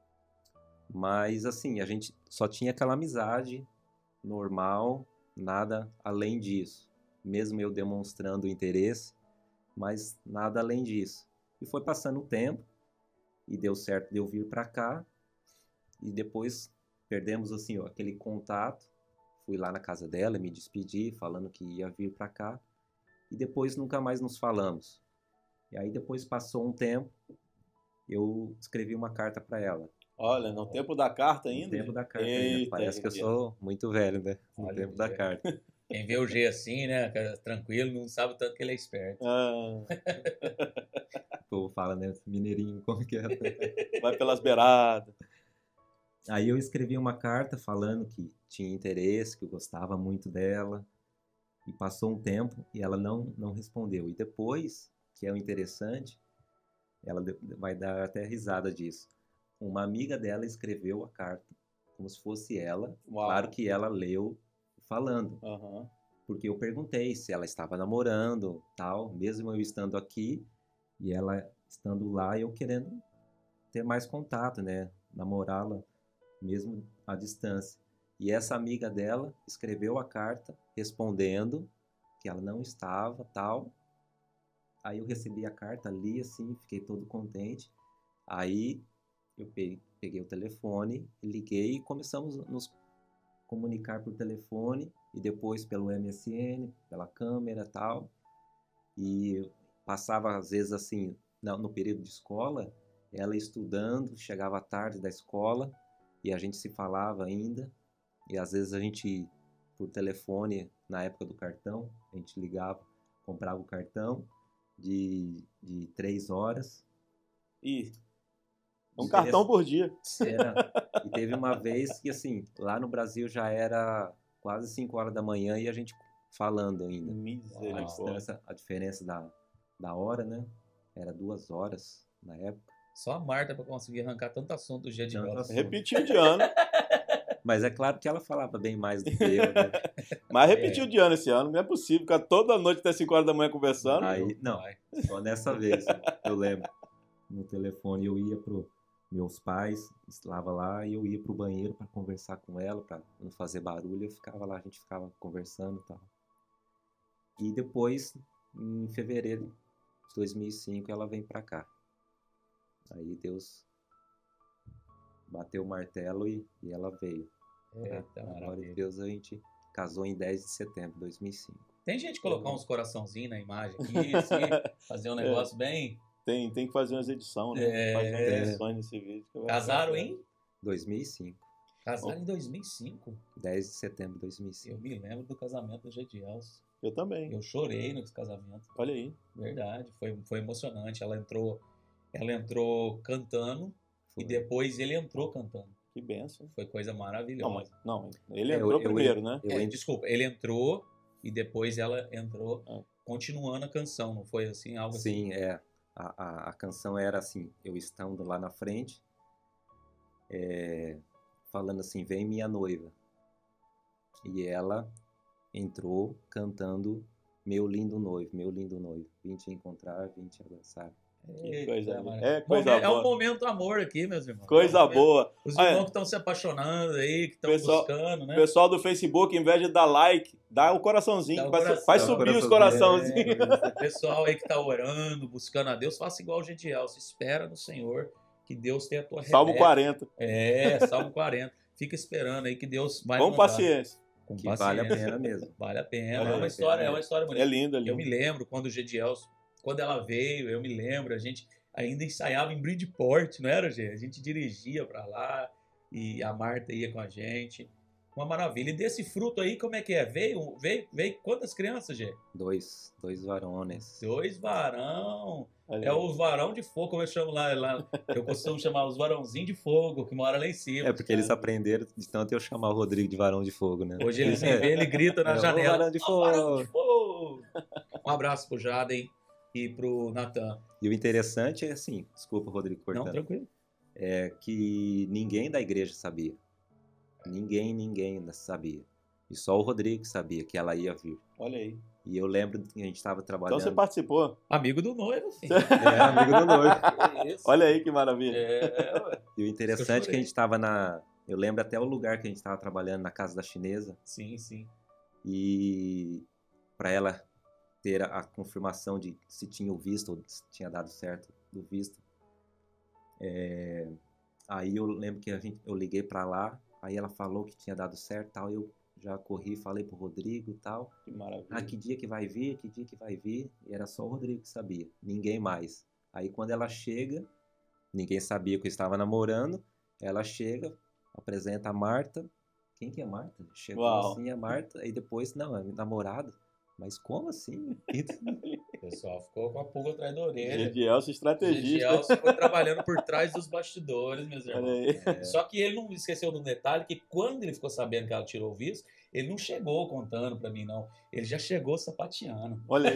Mas assim, a gente só tinha aquela amizade normal, nada além disso. Mesmo eu demonstrando interesse, mas nada além disso. E foi passando o tempo, e deu certo de eu vir para cá, e depois perdemos assim, ó, aquele contato. Fui lá na casa dela, me despedi, falando que ia vir para cá, e depois nunca mais nos falamos. E aí depois passou um tempo, eu escrevi uma carta para ela. Olha, no tempo da carta ainda? No tempo da carta Eita, ainda. Parece que eu sou muito velho, né? No Olha tempo da carta. Quem vê o G assim, né, tranquilo, não sabe o tanto que ele é esperto. Ah. O povo fala, né, mineirinho, como que é? Vai pelas beiradas. Aí eu escrevi uma carta falando que tinha interesse, que eu gostava muito dela. E passou um tempo e ela não, não respondeu. E depois, que é o interessante, ela vai dar até risada disso. Uma amiga dela escreveu a carta, como se fosse ela. Uau. Claro que ela leu falando, uhum. Porque eu perguntei se ela estava namorando, tal, mesmo eu estando aqui e ela estando lá, eu querendo ter mais contato, né, namorá-la mesmo à distância. E essa amiga dela escreveu a carta respondendo que ela não estava, tal. Aí eu recebi a carta, li assim, fiquei todo contente. Aí eu peguei o telefone, liguei e começamos a nos comunicar por telefone e depois pelo M S N, pela câmera e tal. E passava às vezes assim, no período de escola, ela estudando, chegava à tarde da escola e a gente se falava ainda. E às vezes a gente, por telefone, na época do cartão, a gente ligava, comprava o cartão de, de três horas. E um cartão por dia. Era. E teve uma vez que, assim, lá no Brasil já era quase cinco horas da manhã e a gente falando ainda. Misericórdia. A distância, a diferença da, da hora, né? Era duas horas na época. Só a Marta para conseguir arrancar tanto assunto do dia de hoje. Repetiu de ano. Mas é claro que ela falava bem mais do que eu, né? Mas repetiu é. de ano esse ano, não é possível. Ficar toda noite até cinco horas da manhã conversando. Aí, não, só nessa vez, eu lembro. no telefone, eu ia pro meus pais, estava lá e eu ia pro banheiro para conversar com ela, para não fazer barulho. Eu ficava lá, a gente ficava conversando e tal. E depois, em fevereiro de dois mil e cinco, ela vem para cá. Aí Deus bateu o martelo e, e ela veio. Eita, Agora, maravilha. Deus, a gente casou em dez de setembro de dois mil e cinco. Tem gente que colocar uns coraçãozinhos na imagem aqui, assim, fazer um negócio bem... Tem, tem que fazer umas edições, né? É. Fazer umas edições nesse vídeo. que vai Casaram ficar- em? dois mil e cinco. Casaram em dois mil e cinco. dez de setembro de dois mil e Eu cinco. me lembro do casamento do Gedielson. Eu também. Eu chorei no casamento. Olha aí. Verdade, foi, foi emocionante. Ela entrou, ela entrou cantando Foi. e depois ele entrou cantando. Que benção. Foi coisa Não, maravilhosa. mas, não, ele É, entrou eu- eu- primeiro, né? Eu É, ent- desculpa, ele entrou e depois ela entrou Ah. continuando a canção, não foi assim? Algo assim? Sim, é. A, a, a canção era assim, eu estando lá na frente, é, falando assim, vem minha noiva. E ela entrou cantando meu lindo noivo, meu lindo noivo. Vim te encontrar, vim te abraçar. Que coisa Eita, boa. mano. É coisa Momen- é um boa. momento amor aqui, meus irmãos. Coisa É um momento- boa. Os Ah, é. irmãos que estão se apaixonando aí, que estão Pessoal- buscando, O né? pessoal do Facebook, em vez de dar like, dá o coraçãozinho. Dá o vai, coração. vai Dá o subir os coraçãozinho. coraçãozinhos. É, o pessoal aí que tá orando, buscando a Deus, faça igual o Gediel, se espera no Senhor, que Deus tem a tua Salmo Rebeca. quarenta. É, Salmo quarenta. Fica esperando aí que Deus vai Com mandar. paciência. Com Que vale a paciência. pena mesmo. Vale a pena. Vale É a uma história, pena. é uma história bonita. É lindo, é Eu me lindo. lembro quando o Gediel, quando ela veio, eu me lembro, a gente ainda ensaiava em Bridgeport, não era, Gê? A gente dirigia pra lá e a Marta ia com a gente. Uma maravilha. E desse fruto aí, como é que é? Veio, veio, veio quantas crianças, Gê? Dois, dois varones. Dois varão. Olha É aí. os varão de fogo, como eu chamo lá, lá. Eu costumo chamar os varãozinhos de fogo, que mora lá em cima. É porque eles aprenderam de tanto eu chamar o Rodrigo de varão de fogo, né? Hoje eles me veem, ele grita na É, ô, janela. varão de "Ó, varão de fogo." fogo. Um abraço pro Jaden e pro Natan. E o interessante é assim, desculpa, Rodrigo, Não, cortando, tranquilo. é que ninguém da igreja sabia. Ninguém, ninguém sabia. E só o Rodrigo sabia que ela ia vir. Olha aí. E eu lembro que a gente estava Então trabalhando. você participou. Amigo do noivo, filho. É, amigo do noivo. Que isso? Olha aí que maravilha. É, ué. E o interessante é que a chorei. gente estava na. Eu lembro até o lugar que a gente estava trabalhando, na casa da chinesa. Sim, sim. E para ela ter a, a confirmação de se tinha o visto, ou se tinha dado certo do visto. É, aí eu lembro que a gente, eu liguei para lá, aí ela falou que tinha dado certo, tal, eu já corri, falei pro Rodrigo e tal. Que maravilha. Ah, que dia que vai vir, que dia que vai vir, e era só o Rodrigo que sabia, ninguém mais. Aí quando ela chega, ninguém sabia que eu estava namorando, ela chega, apresenta a Marta. Quem que é Marta? Chegou Uau. assim a Marta, e depois, não, é namorado. Mas como assim? O pessoal ficou com a pulga atrás da orelha. Gedielson O estrategista. Gedielson foi trabalhando por trás dos bastidores, meus Olha irmãos. aí. É, Só que ele não esqueceu do detalhe que quando ele ficou sabendo que ela tirou o visto, ele não chegou contando pra mim, não. Ele já chegou sapateando. Olha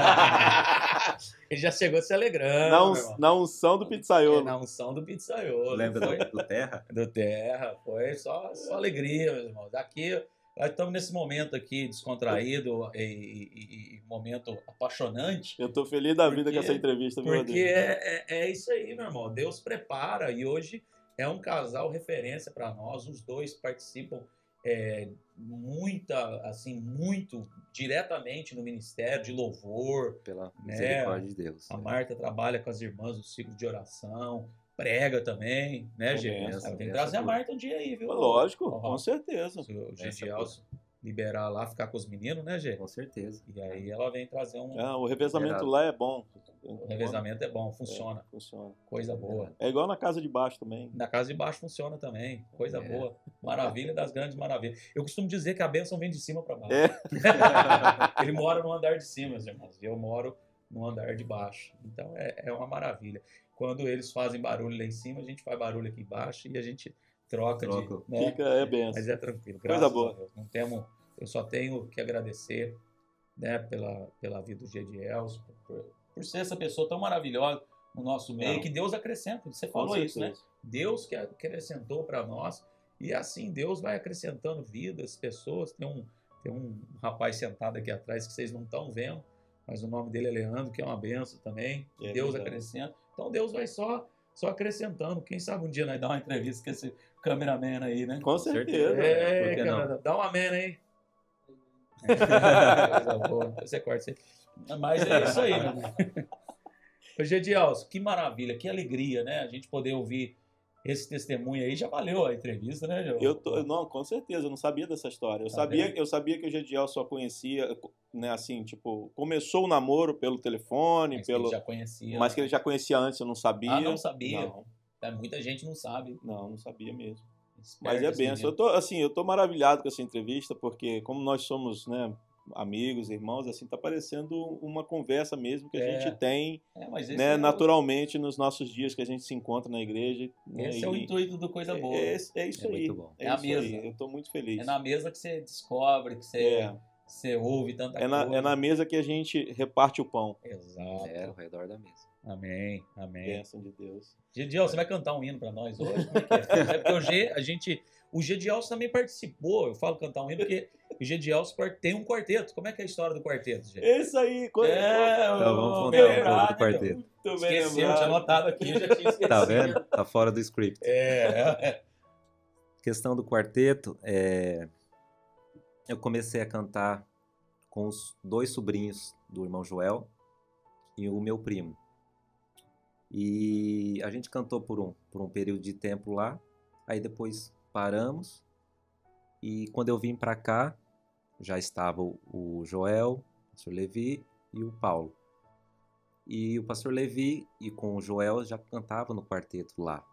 aí. Ele já chegou se alegrando. na, meu uns- irmão. na unção do É, pizzaiolo. na unção do pizzaiolo. lembra Foi do, do Terra? do terra, foi só, só alegria, meus irmãos. Aqui, nós estamos nesse momento aqui descontraído e, e- e momento apaixonante. Eu tô feliz da vida Porque- com essa entrevista, viu, Porque Rodrigo? é, é, é isso aí, meu irmão. Deus prepara e hoje é um casal referência para nós. Os dois participam é, muita, assim, muito diretamente no ministério de louvor. Pela Né? misericórdia de Deus. A Marta trabalha com as irmãs no ciclo de oração, prega também, né, Que Gê? benção, Ela tem que benção trazer a boa. Marta um dia aí, viu? Lógico, Ó, com certeza. Se o Essa Gedielson liberar lá, ficar com os meninos, né, Gê? Com certeza. E aí ela vem trazer um... Ah, o revezamento Liberado. lá é bom. O revezamento é bom, funciona. É, funciona. Coisa boa. É igual na casa de baixo também. Na casa de baixo funciona também. Coisa É. boa. Maravilha das grandes maravilhas. Eu costumo dizer que a bênção vem de cima para baixo. É. Ele mora no andar de cima, meus irmãos. E eu moro no andar de baixo. Então é, é uma maravilha. Quando eles fazem barulho lá em cima, a gente faz barulho aqui embaixo e a gente troca, Troca. de. Né? Fica, é benção. Mas é tranquilo. Coisa Graças boa. a Deus. Não temos, eu só tenho que agradecer, né, pela, pela vida do Gedielson, por, por ser essa pessoa tão maravilhosa no nosso meio, Não. que Deus acrescenta. Você Com falou isso, né? certeza. Deus que acrescentou para nós. E assim, Deus vai acrescentando vidas, pessoas. Tem um, tem um rapaz sentado aqui atrás que vocês não estão vendo, mas o nome dele é Leandro, que é uma benção também. É Deus verdade. acrescenta. Então Deus vai só, só acrescentando. Quem sabe um dia nós dar uma entrevista com esse cameraman aí, né? Com certeza. É, por que não? cara, dá uma amém aí. Coisa boa. Você corta isso aí. Mas é isso aí, meu. Ô, Gedielson, que maravilha, que alegria, né? A gente poder ouvir esse testemunho aí. Já valeu a entrevista, né, Geo? Eu tô, não, com certeza, eu não sabia dessa história. Eu, Tá sabia, vendo? eu sabia que o Gediel só conhecia, né, assim, tipo, começou o namoro pelo telefone, Mas que pelo, ele já conhecia. mas que ele já conhecia antes, eu não sabia. Ah, não sabia. Não, É, muita gente não sabe. não, não sabia mesmo. Esperto Mas é esse benção. menino. Eu tô, assim, eu tô maravilhado com essa entrevista, porque como nós somos, né, amigos, irmãos, assim, tá parecendo uma conversa mesmo que a É. gente tem, É, mas esse, né, é, o, naturalmente nos nossos dias que a gente se encontra na igreja. Né, esse é o e- intuito do Coisa Boa. É, é, é isso É aí. muito bom. É, É a isso mesa. aí. Eu tô muito feliz. É na mesa que você descobre, que você, É. você ouve tanta É na, coisa. é na mesa que a gente reparte o pão. Exato. É, ao redor da mesa. Amém, amém. Bênção de Deus. Gediel, você vai cantar um hino pra nós hoje? Como é que é? É porque o G, a gente... O Gedielson também participou. Eu falo cantar um hino porque o Gedielson tem um quarteto. Como é que é a história do quarteto, Gê? Isso aí. co- É, Então vamos ô, contar bem um pouco lembrado, do quarteto. Muito bem Esqueceu, lembrado. tinha anotado aqui, eu já tinha esquecido. Tá vendo? Tá fora do script. É, é. Questão do quarteto, é... eu comecei a cantar com os dois sobrinhos do irmão Joel e o meu primo. E a gente cantou por um, por um período de tempo lá, aí depois paramos, e quando eu vim pra cá, já estava o o Joel, o pastor Levi e o Paulo. E o pastor Levi e com o Joel já cantava no quarteto lá,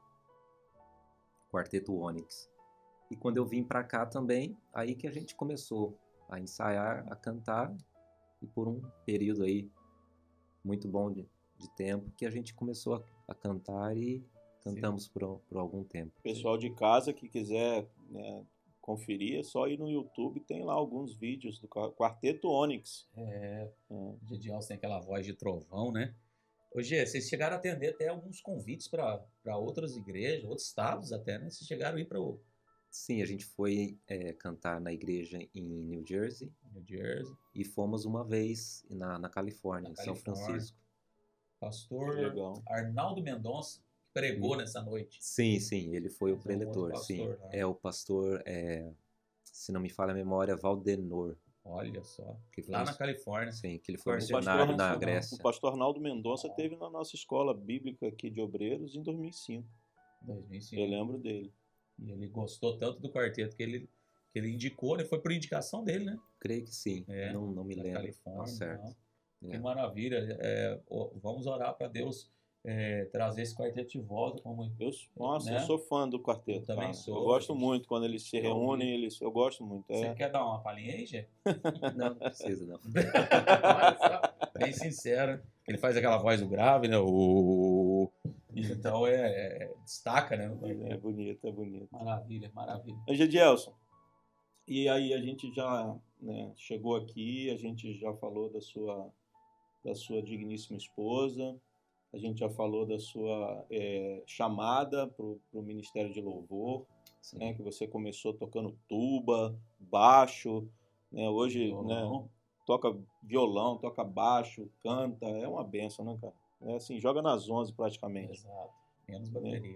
quarteto Onyx. E quando eu vim pra cá também, aí que a gente começou a ensaiar, a cantar, e por um período aí muito bom de, de tempo que a gente começou a, a cantar e cantamos por, por algum tempo. Pessoal de casa que quiser, né, conferir, é só ir no YouTube, tem lá alguns vídeos do Qua- Quarteto Onyx. É, É. o Gedielson tem aquela voz de trovão, né? Ô, Gê, vocês chegaram a atender até alguns convites para outras igrejas, outros estados até, né? Vocês chegaram a ir para o Sim, a gente foi é, cantar na igreja em New Jersey New Jersey. e fomos uma vez na, na Califórnia, Na em São Califórnia. Francisco. Pastor Legal. Arnaldo Mendonça, que pregou nessa noite. Sim, sim, ele foi o Mas é um outro preletor, pastor, sim. né? É o pastor, é, se não me falha a memória, Valdenor. Olha só. Que foi Lá um- na Califórnia. Sim, que ele foi O O missionário pastor, na o Grécia. pastor Arnaldo Mendonça teve na nossa escola bíblica aqui de Obreiros em dois mil e cinco. dois mil e cinco. Eu lembro dele. E ele gostou tanto do quarteto que ele, que ele indicou, né? Foi por indicação dele, né? Creio que sim, É, não, não me Da lembro. Califórnia. Tá certo. não. É. Que maravilha. É, ó, vamos orar para Deus é, trazer esse quarteto de volta. Como Eu, nossa, né? eu sou fã do quarteto. Eu também cara. sou, Eu gosto gente. muito quando eles se Eu reúnem, eles, eu gosto muito. Você É. quer dar uma palhinha aí, Gê? Não, não precisa, não. Olha só, bem sincero. Ele faz aquela voz do grave, né? O... Então é, é- destaca, né? É bonito, é bonito. Maravilha, maravilha. Angedielson, e aí a gente já, né, chegou aqui, a gente já falou da sua, da sua digníssima esposa, a gente já falou da sua é, chamada para o Ministério de Louvor, Sim. né, que você começou tocando tuba, baixo, né, hoje né, Violão. toca violão, toca baixo, canta, é uma benção, né, cara? É assim, joga nas onze praticamente. Exato. Menos bateria.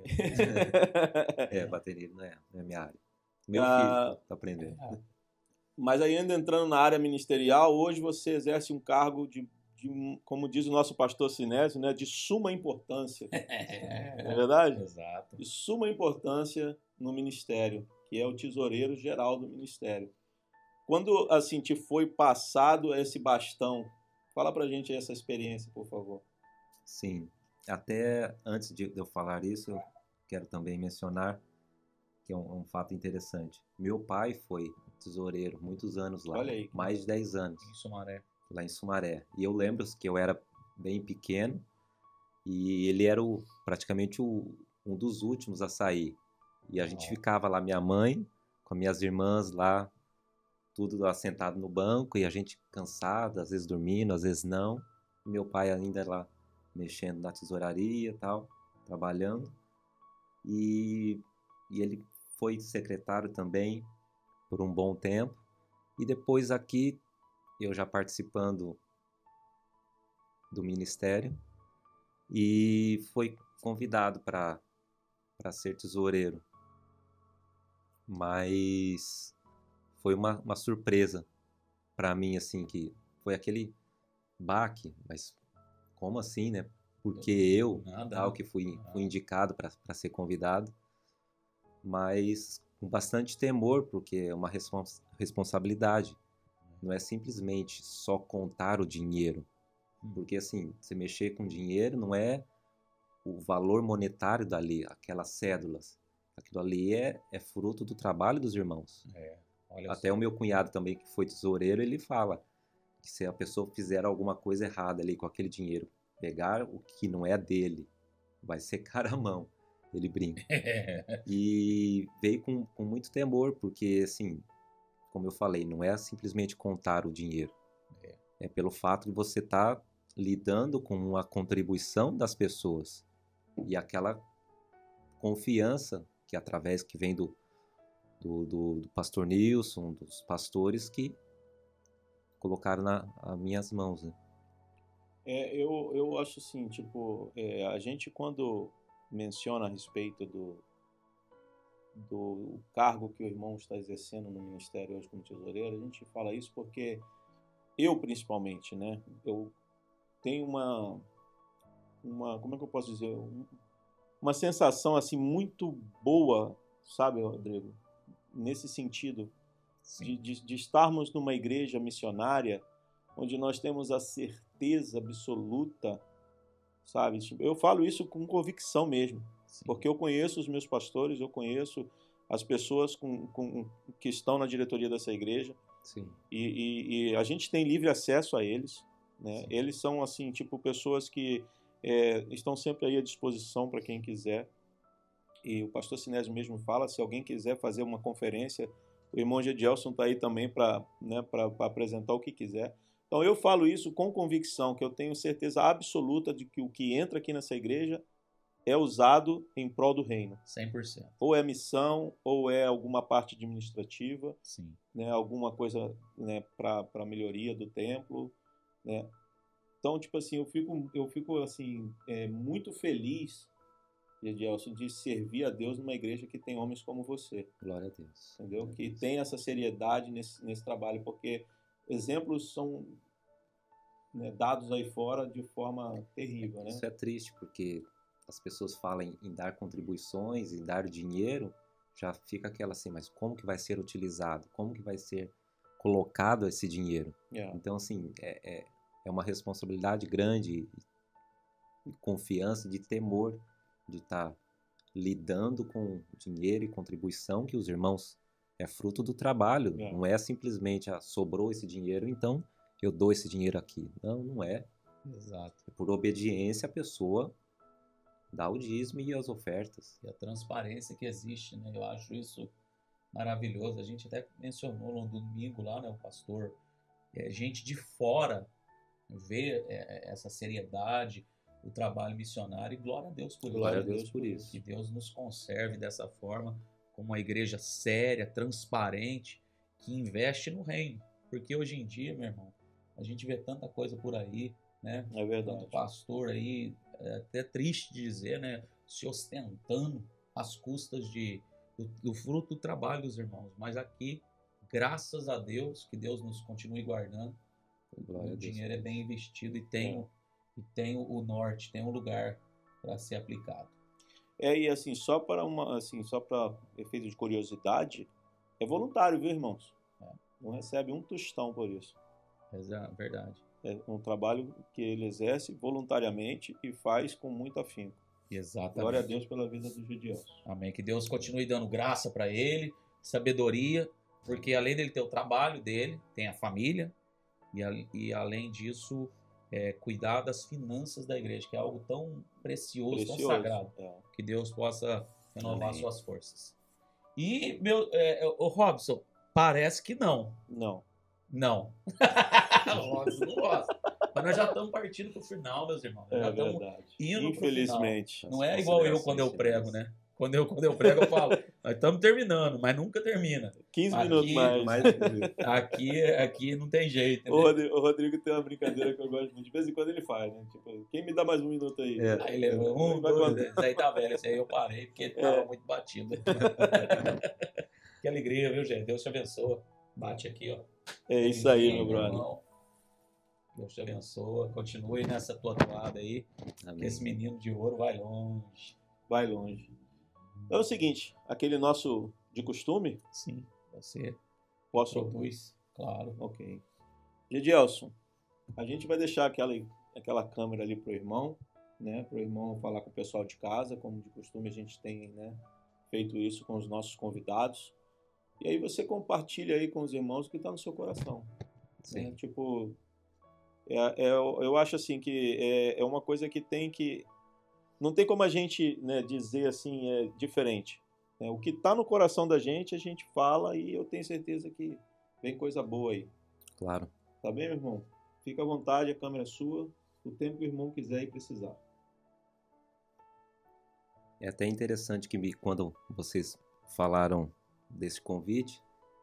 É, bateria não é, não é minha área. Meu Ah, filho tá aprendendo. Ah, Mas aí, ainda entrando na área ministerial, hoje você exerce um cargo de, de um- como diz o nosso pastor Sinésio, né, de suma importância. é, Não é verdade? Exato. De suma importância no ministério, que é o tesoureiro geral do ministério. Quando, assim, te foi passado esse bastão, fala pra gente essa experiência, por favor. Sim, até antes de eu falar isso, eu quero também mencionar que é um, um fato interessante. Meu pai foi tesoureiro muitos anos lá, Olha aí. mais de dez anos, Em Sumaré. lá em Sumaré. E eu lembro que eu era bem pequeno e ele era o, praticamente o, um dos últimos a sair. E a gente Ó. ficava lá, minha mãe, com as minhas irmãs lá, tudo lá sentado no banco, e a gente cansado, às vezes dormindo, às vezes não. E meu pai ainda lá mexendo na tesouraria e tal, trabalhando. E, e ele foi secretário também por um bom tempo. E depois aqui, eu já participando do ministério e foi convidado para para ser tesoureiro. Mas foi uma, uma surpresa para mim, assim, que foi aquele baque, mas como assim, né? Porque eu, Nada, tal, né? que fui, Ah. fui indicado para ser convidado, mas com bastante temor, porque é uma respons responsabilidade. Não é simplesmente só contar o dinheiro. Porque, assim, você mexer com dinheiro não é o valor monetário dali, aquelas cédulas. Aquilo ali é, é fruto do trabalho dos irmãos. É, olha Até só. o meu cunhado também, que foi tesoureiro, ele fala que se a pessoa fizer alguma coisa errada ali com aquele dinheiro, pegar o que não é dele, vai secar a mão. Ele brinca. E veio com, com muito temor, porque, assim, como eu falei, não é simplesmente contar o dinheiro. É, É pelo fato de você estar lidando com a contribuição das pessoas e aquela confiança que através que vem do, do, do, do pastor Nilson, dos pastores que colocaram na, nas minhas mãos, né? É, eu, eu acho assim, tipo, é, a gente quando menciona a respeito do, do cargo que o irmão está exercendo no ministério hoje como tesoureiro, a gente fala isso porque eu, principalmente, né, eu tenho uma, uma como é que eu posso dizer, um, uma sensação, assim, muito boa, sabe, Rodrigo, nesse sentido, de, de, de estarmos numa igreja missionária onde nós temos a certeza absoluta, sabe? Eu falo isso com convicção mesmo, sim. porque eu conheço os meus pastores, eu conheço as pessoas com, com, que estão na diretoria dessa igreja, Sim. E, e, e a gente tem livre acesso a eles, né? Sim. Eles são, assim, tipo, pessoas que é, estão sempre aí à disposição para quem quiser. E o pastor Sinésio mesmo fala, se alguém quiser fazer uma conferência, o irmão Gedielson está aí também para, né, para apresentar o que quiser. Então eu falo isso com convicção, que eu tenho certeza absoluta de que o que entra aqui nessa igreja é usado em prol do reino. cem por cento. Ou é missão, ou é alguma parte administrativa, Sim. né, alguma coisa, né, para a melhoria do templo, né? Então, tipo assim, eu fico, eu fico assim, é, muito feliz, Gedielson, de servir a Deus numa igreja que tem homens como você. Glória a Deus. Entendeu? Glória a Que Deus. tem essa seriedade nesse, nesse trabalho, porque exemplos são, né, dados aí fora de forma terrível, né? Isso é triste, porque as pessoas falam em, em dar contribuições, em dar dinheiro, já fica aquela assim, mas como que vai ser utilizado? Como que vai ser colocado esse dinheiro? Yeah. Então, assim, é, é, é uma responsabilidade grande, de confiança, de temor, de estar lidando com dinheiro e contribuição que os irmãos é fruto do trabalho. Yeah. Não é simplesmente, ah, sobrou esse dinheiro, então eu dou esse dinheiro aqui. Não, não é. Exato. É por obediência a pessoa dá o dízimo e as ofertas. E a transparência que existe, né? Eu acho isso maravilhoso. A gente até mencionou no domingo lá, né? O pastor, é, gente de fora vê é, essa seriedade, o trabalho missionário, e glória a Deus por isso. Glória a Deus por isso. Que Deus nos conserve dessa forma, como uma igreja séria, transparente, que investe no reino. Porque hoje em dia, meu irmão, a gente vê tanta coisa por aí, né? É verdade. Tanto pastor aí, é até triste de dizer, né? Se ostentando às custas de, do, do fruto do trabalho dos irmãos. Mas aqui, graças a Deus, que Deus nos continue guardando, Glória o a Deus dinheiro por é bem isso. investido e tem, É. o, e tem o, o norte, tem um lugar para ser aplicado. É, e assim, só para uma, assim, só para efeito de curiosidade, é voluntário, viu, irmãos? É. Não recebe um tostão por isso. É verdade. É um trabalho que ele exerce voluntariamente e faz com muito afinco. Exatamente. Glória a Deus pela vida do Gedielson. Amém. Que Deus continue dando graça para ele, sabedoria, porque além dele ter o trabalho dele, tem a família, e, a, e além disso, é, cuidar das finanças da igreja, que é algo tão precioso, Precioso. tão sagrado. É. Que Deus possa renovar Amém. suas forças. E, meu, é, o Robson, parece que não. Não. Não. O Robson não gosta. Mas nós já estamos partindo para o final, meus irmãos. Nós É já estamos verdade. indo pro Infelizmente. final. Não é igual eu quando eu prego, né? Quando eu, quando eu prego, eu falo, nós estamos terminando, mas nunca termina. quinze Aqui- minutos mais. Mais Aqui, aqui não tem jeito. O Né? Rodrigo, o Rodrigo tem uma brincadeira que eu gosto muito. De vez em quando ele faz, né? Tipo, quem me dá mais um minuto aí? É. Aí levou um, Vai dois, contar. esse aí tá velho, esse aí eu parei, porque tava É. muito batido. Que alegria, viu, gente? Deus te abençoe. Bate aqui, ó. É isso aí, meu Amém, brother. irmão. Deus te abençoe. Continue nessa tua toada aí, que Amém. esse menino de ouro vai longe. Vai longe. Então é o seguinte, aquele nosso de costume, Sim, você posso... produz, claro. Ok. Gedielson, a gente vai deixar aquela, aquela câmera ali pro irmão, né? Pro irmão falar com o pessoal de casa, como de costume a gente tem, né, feito isso com os nossos convidados. E aí você compartilha aí com os irmãos o que está no seu coração. Sim. Né? Tipo, é, é, eu acho assim que é, é uma coisa que tem que... Não tem como a gente, né, dizer assim, é diferente. Né? O que está no coração da gente, a gente fala e eu tenho certeza que vem coisa boa aí. Claro. Tá bem, meu irmão? Fica à vontade, a câmera é sua, o tempo que o irmão quiser e precisar. É até interessante que me, quando vocês falaram desse convite,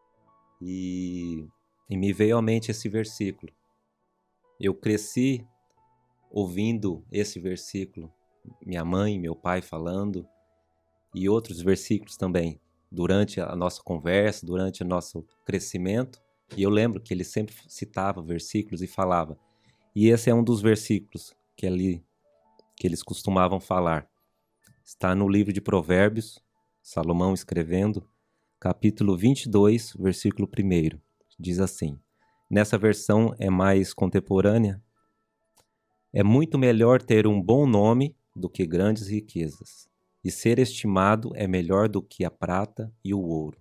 e, e me veio à mente esse versículo. Eu cresci ouvindo esse versículo, minha mãe, meu pai falando, e outros versículos também, durante a nossa conversa, durante o nosso crescimento, e eu lembro que ele sempre citava versículos e falava. E esse é um dos versículos que, ali, que eles costumavam falar. Está no livro de Provérbios, Salomão escrevendo, capítulo vinte e dois, versículo um. Diz assim, nessa versão é mais contemporânea, é muito melhor ter um bom nome do que grandes riquezas, e ser estimado é melhor do que a prata e o ouro.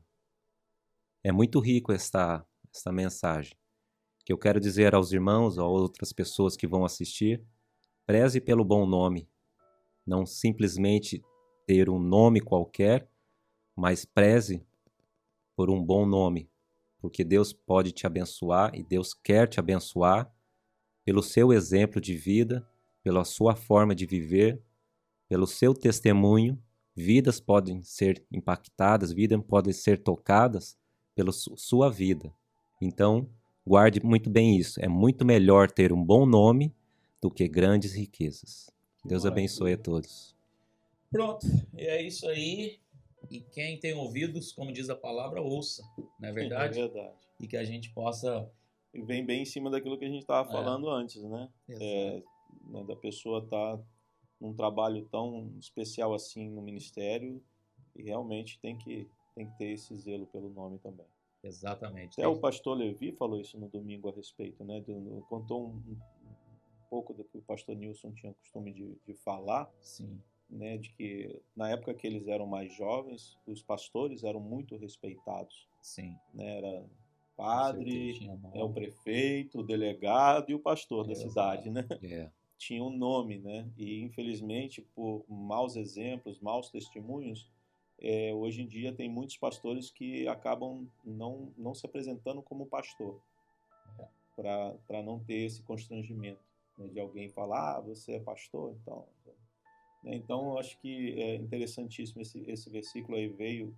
É muito rico esta, esta mensagem, que eu quero dizer aos irmãos, a outras pessoas que vão assistir, preze pelo bom nome, não simplesmente ter um nome qualquer, mas preze por um bom nome, porque Deus pode te abençoar e Deus quer te abençoar pelo seu exemplo de vida, pela sua forma de viver, pelo seu testemunho. Vidas podem ser impactadas, vidas podem ser tocadas pela sua vida. Então, guarde muito bem isso. É muito melhor ter um bom nome do que grandes riquezas. Deus abençoe a todos. Pronto, e é isso aí. E quem tem ouvidos, como diz a palavra, ouça, não é verdade? É verdade. E que a gente possa... E vem bem em cima daquilo que a gente estava falando É. antes, né? Exato. É, né, da pessoa estar tá num trabalho tão especial assim no ministério e realmente tem que, tem que ter esse zelo pelo nome também. Exatamente. Até o pastor Levi falou isso no domingo a respeito, né? Do, contou um, um pouco do que o pastor Nilson tinha costume de, de falar. Sim. Né, de que na época que eles eram mais jovens, os pastores eram muito respeitados. Sim. Né, era padre, Tinha nome. é o prefeito, o delegado e o pastor da Exato. cidade, né? É. Tinha um nome, né? E infelizmente por maus exemplos, maus testemunhos, é, hoje em dia tem muitos pastores que acabam não não se apresentando como pastor, É. para para não ter esse constrangimento, né, de alguém falar, ah, você é pastor, então. Então, eu acho que é interessantíssimo esse, esse versículo aí, veio,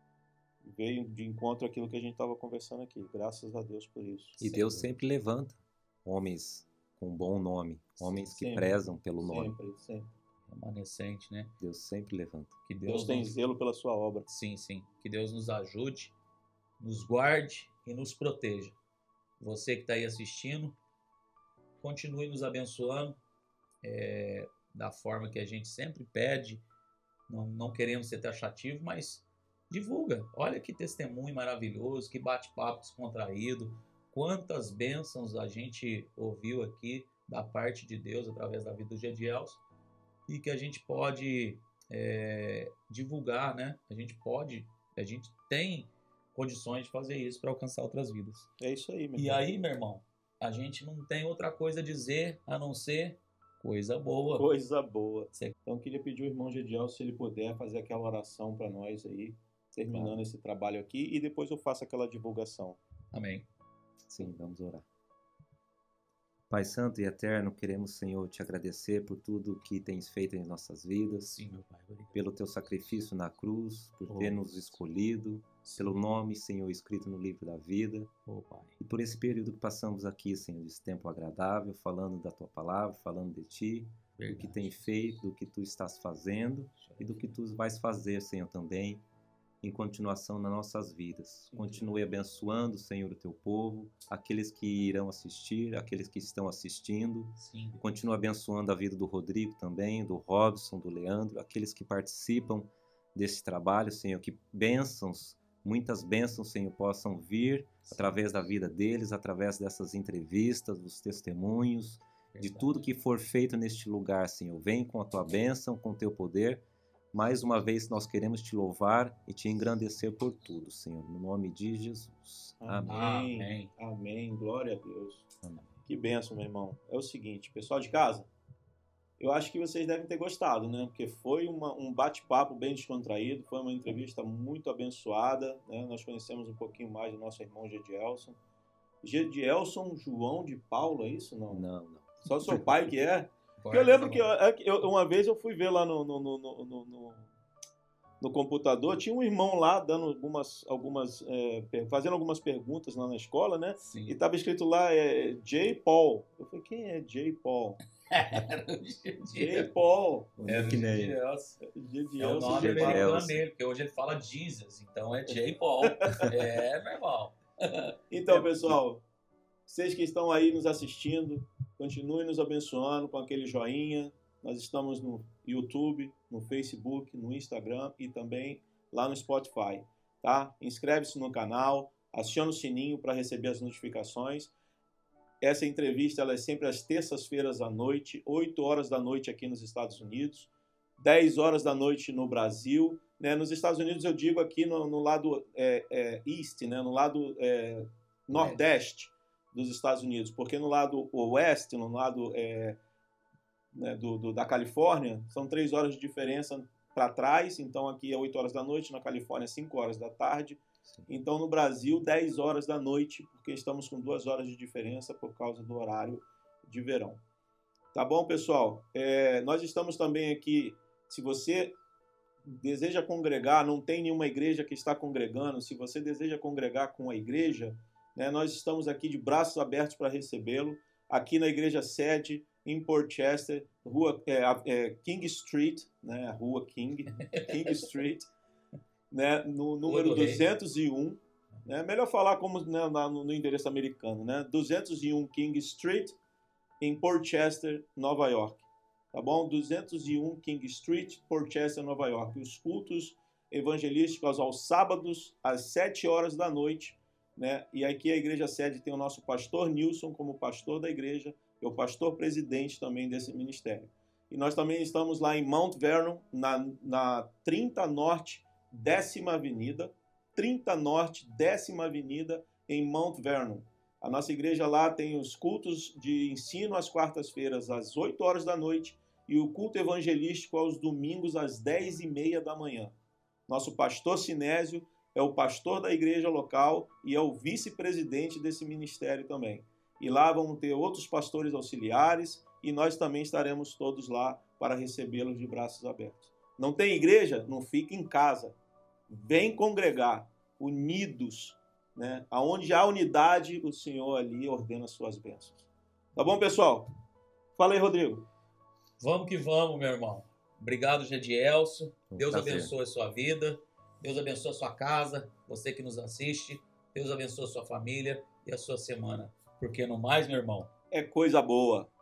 veio de encontro àquilo que a gente estava conversando aqui. Graças a Deus por isso. E Deus sempre levanta homens com bom nome, homens que Sempre. prezam pelo nome. Sempre, sempre. Remanescente, né? Deus sempre levanta. Que Deus Deus, tem nos... zelo pela sua obra. Sim, sim. Que Deus nos ajude, nos guarde e nos proteja. Você que está aí assistindo, continue nos abençoando. É... da forma que a gente sempre pede, não, não queremos ser taxativo, mas divulga. Olha que testemunho maravilhoso, que bate-papo descontraído, quantas bênçãos a gente ouviu aqui da parte de Deus através da vida do Gedielson e que a gente pode é, divulgar, né? A gente pode, a gente tem condições de fazer isso para alcançar outras vidas. É isso aí, meu E irmão. aí, meu irmão, a gente não tem outra coisa a dizer a não ser coisa boa. Coisa boa. Você- Então, eu queria pedir ao irmão Gediel, se ele puder, fazer aquela oração para nós aí, terminando Claro. esse trabalho aqui, e depois eu faço aquela divulgação. Amém. Sim, vamos orar. Pai Santo e Eterno, queremos, Senhor, te agradecer por tudo que tens feito em nossas vidas. Sim, meu Pai. Obrigado. Pelo teu sacrifício na cruz, por Oh, ter nos escolhido, sim. pelo nome, Senhor, escrito no livro da vida. Oh, Pai. E por esse período que passamos aqui, Senhor, esse tempo agradável, falando da tua palavra, falando de ti, Verdade. do que tem feito, do que tu estás fazendo e do que tu vais fazer, Senhor, também em continuação nas nossas vidas. Continue abençoando, Senhor, o teu povo, aqueles que irão assistir, aqueles que estão assistindo. Sim. Continue abençoando a vida do Rodrigo também, do Robson, do Leandro, aqueles que participam desse trabalho, Senhor, que bênçãos, muitas bênçãos, Senhor, possam vir Sim. através da vida deles, através dessas entrevistas, dos testemunhos, Verdade. de tudo que for feito neste lugar, Senhor. Vem com a tua bênção, com o teu poder. Mais uma vez nós queremos te louvar e te engrandecer por tudo, Senhor. No nome de Jesus. Amém. Amém. Amém. Amém. Glória a Deus. Amém. Que bênção, meu irmão. É o seguinte, pessoal de casa, eu acho que vocês devem ter gostado, né? Porque foi uma, um bate-papo bem descontraído, foi uma entrevista muito abençoada, né? Nós conhecemos um pouquinho mais do nosso irmão Gedielson. Gedielson João de Paula, é isso? Não. Não, não. Só seu pai que é? Porque eu lembro que eu, eu- uma vez eu fui ver lá no, no, no, no, no- no- no computador, tinha um irmão lá dando algumas, algumas é, per- fazendo algumas perguntas lá na escola, né? Sim. E tava escrito lá é, J. Paul. Eu falei, quem é J. Paul? Era o J. Paul. Era o nickname. Gedielson. J. É o nome J. americano Elson. dele, porque hoje ele fala Jesus, então é J. Paul. É, meu irmão. Então, pessoal, vocês que estão aí nos assistindo, continuem nos abençoando com aquele joinha. Nós estamos no YouTube, no Facebook, no Instagram e também lá no Spotify, tá? Inscreve-se no canal, aciona o sininho para receber as notificações. Essa entrevista ela é sempre às terças-feiras à noite, oito horas da noite aqui nos Estados Unidos, dez horas da noite no Brasil. Né? Nos Estados Unidos eu digo aqui no, no lado é, é, East, né? No lado é, Nordeste dos Estados Unidos, porque no lado Oeste, no lado é, né, do, do, da Califórnia, são três horas de diferença para trás, então aqui é oito horas da noite, na Califórnia é cinco horas da tarde, então no Brasil dez horas da noite, porque estamos com duas horas de diferença por causa do horário de verão. Tá bom, pessoal? É, nós estamos também aqui, se você deseja congregar, não tem nenhuma igreja que está congregando, se você deseja congregar com a igreja, né, nós estamos aqui de braços abertos para recebê-lo, aqui na igreja sede, em Port Chester, rua, é, é, King Street, né, a rua King, King Street, né, no número duzentos e um, né, melhor falar como né, no, no endereço americano, né, duzentos e um King Street, em Port Chester, Nova York, tá bom? duzentos e um King Street, Port Chester, Nova York. Os cultos evangelísticos aos sábados, às sete horas da noite, né, e aqui a igreja sede tem o nosso pastor Nilson como pastor da igreja, é o pastor presidente também desse ministério. E nós também estamos lá em Mount Vernon, na, na trinta Norte, décima Avenida, trinta Norte, décima Avenida, em Mount Vernon. A nossa igreja lá tem os cultos de ensino às quartas-feiras, às oito horas da noite, e o culto evangelístico aos domingos, às dez e meia da manhã. Nosso pastor Sinésio é o pastor da igreja local e é o vice-presidente desse ministério também. E lá vão ter outros pastores auxiliares e nós também estaremos todos lá para recebê-los de braços abertos. Não tem igreja? Não fique em casa. Vem congregar, unidos, né? Aonde há unidade, o Senhor ali ordena suas bênçãos. Tá bom, pessoal? Fala aí, Rodrigo. Vamos que vamos, meu irmão. Obrigado, Gedielson. Um Deus prazer. abençoe a sua vida. Deus abençoe a sua casa, você que nos assiste. Deus abençoe a sua família e a sua semana. Porque no mais, meu irmão, É coisa boa.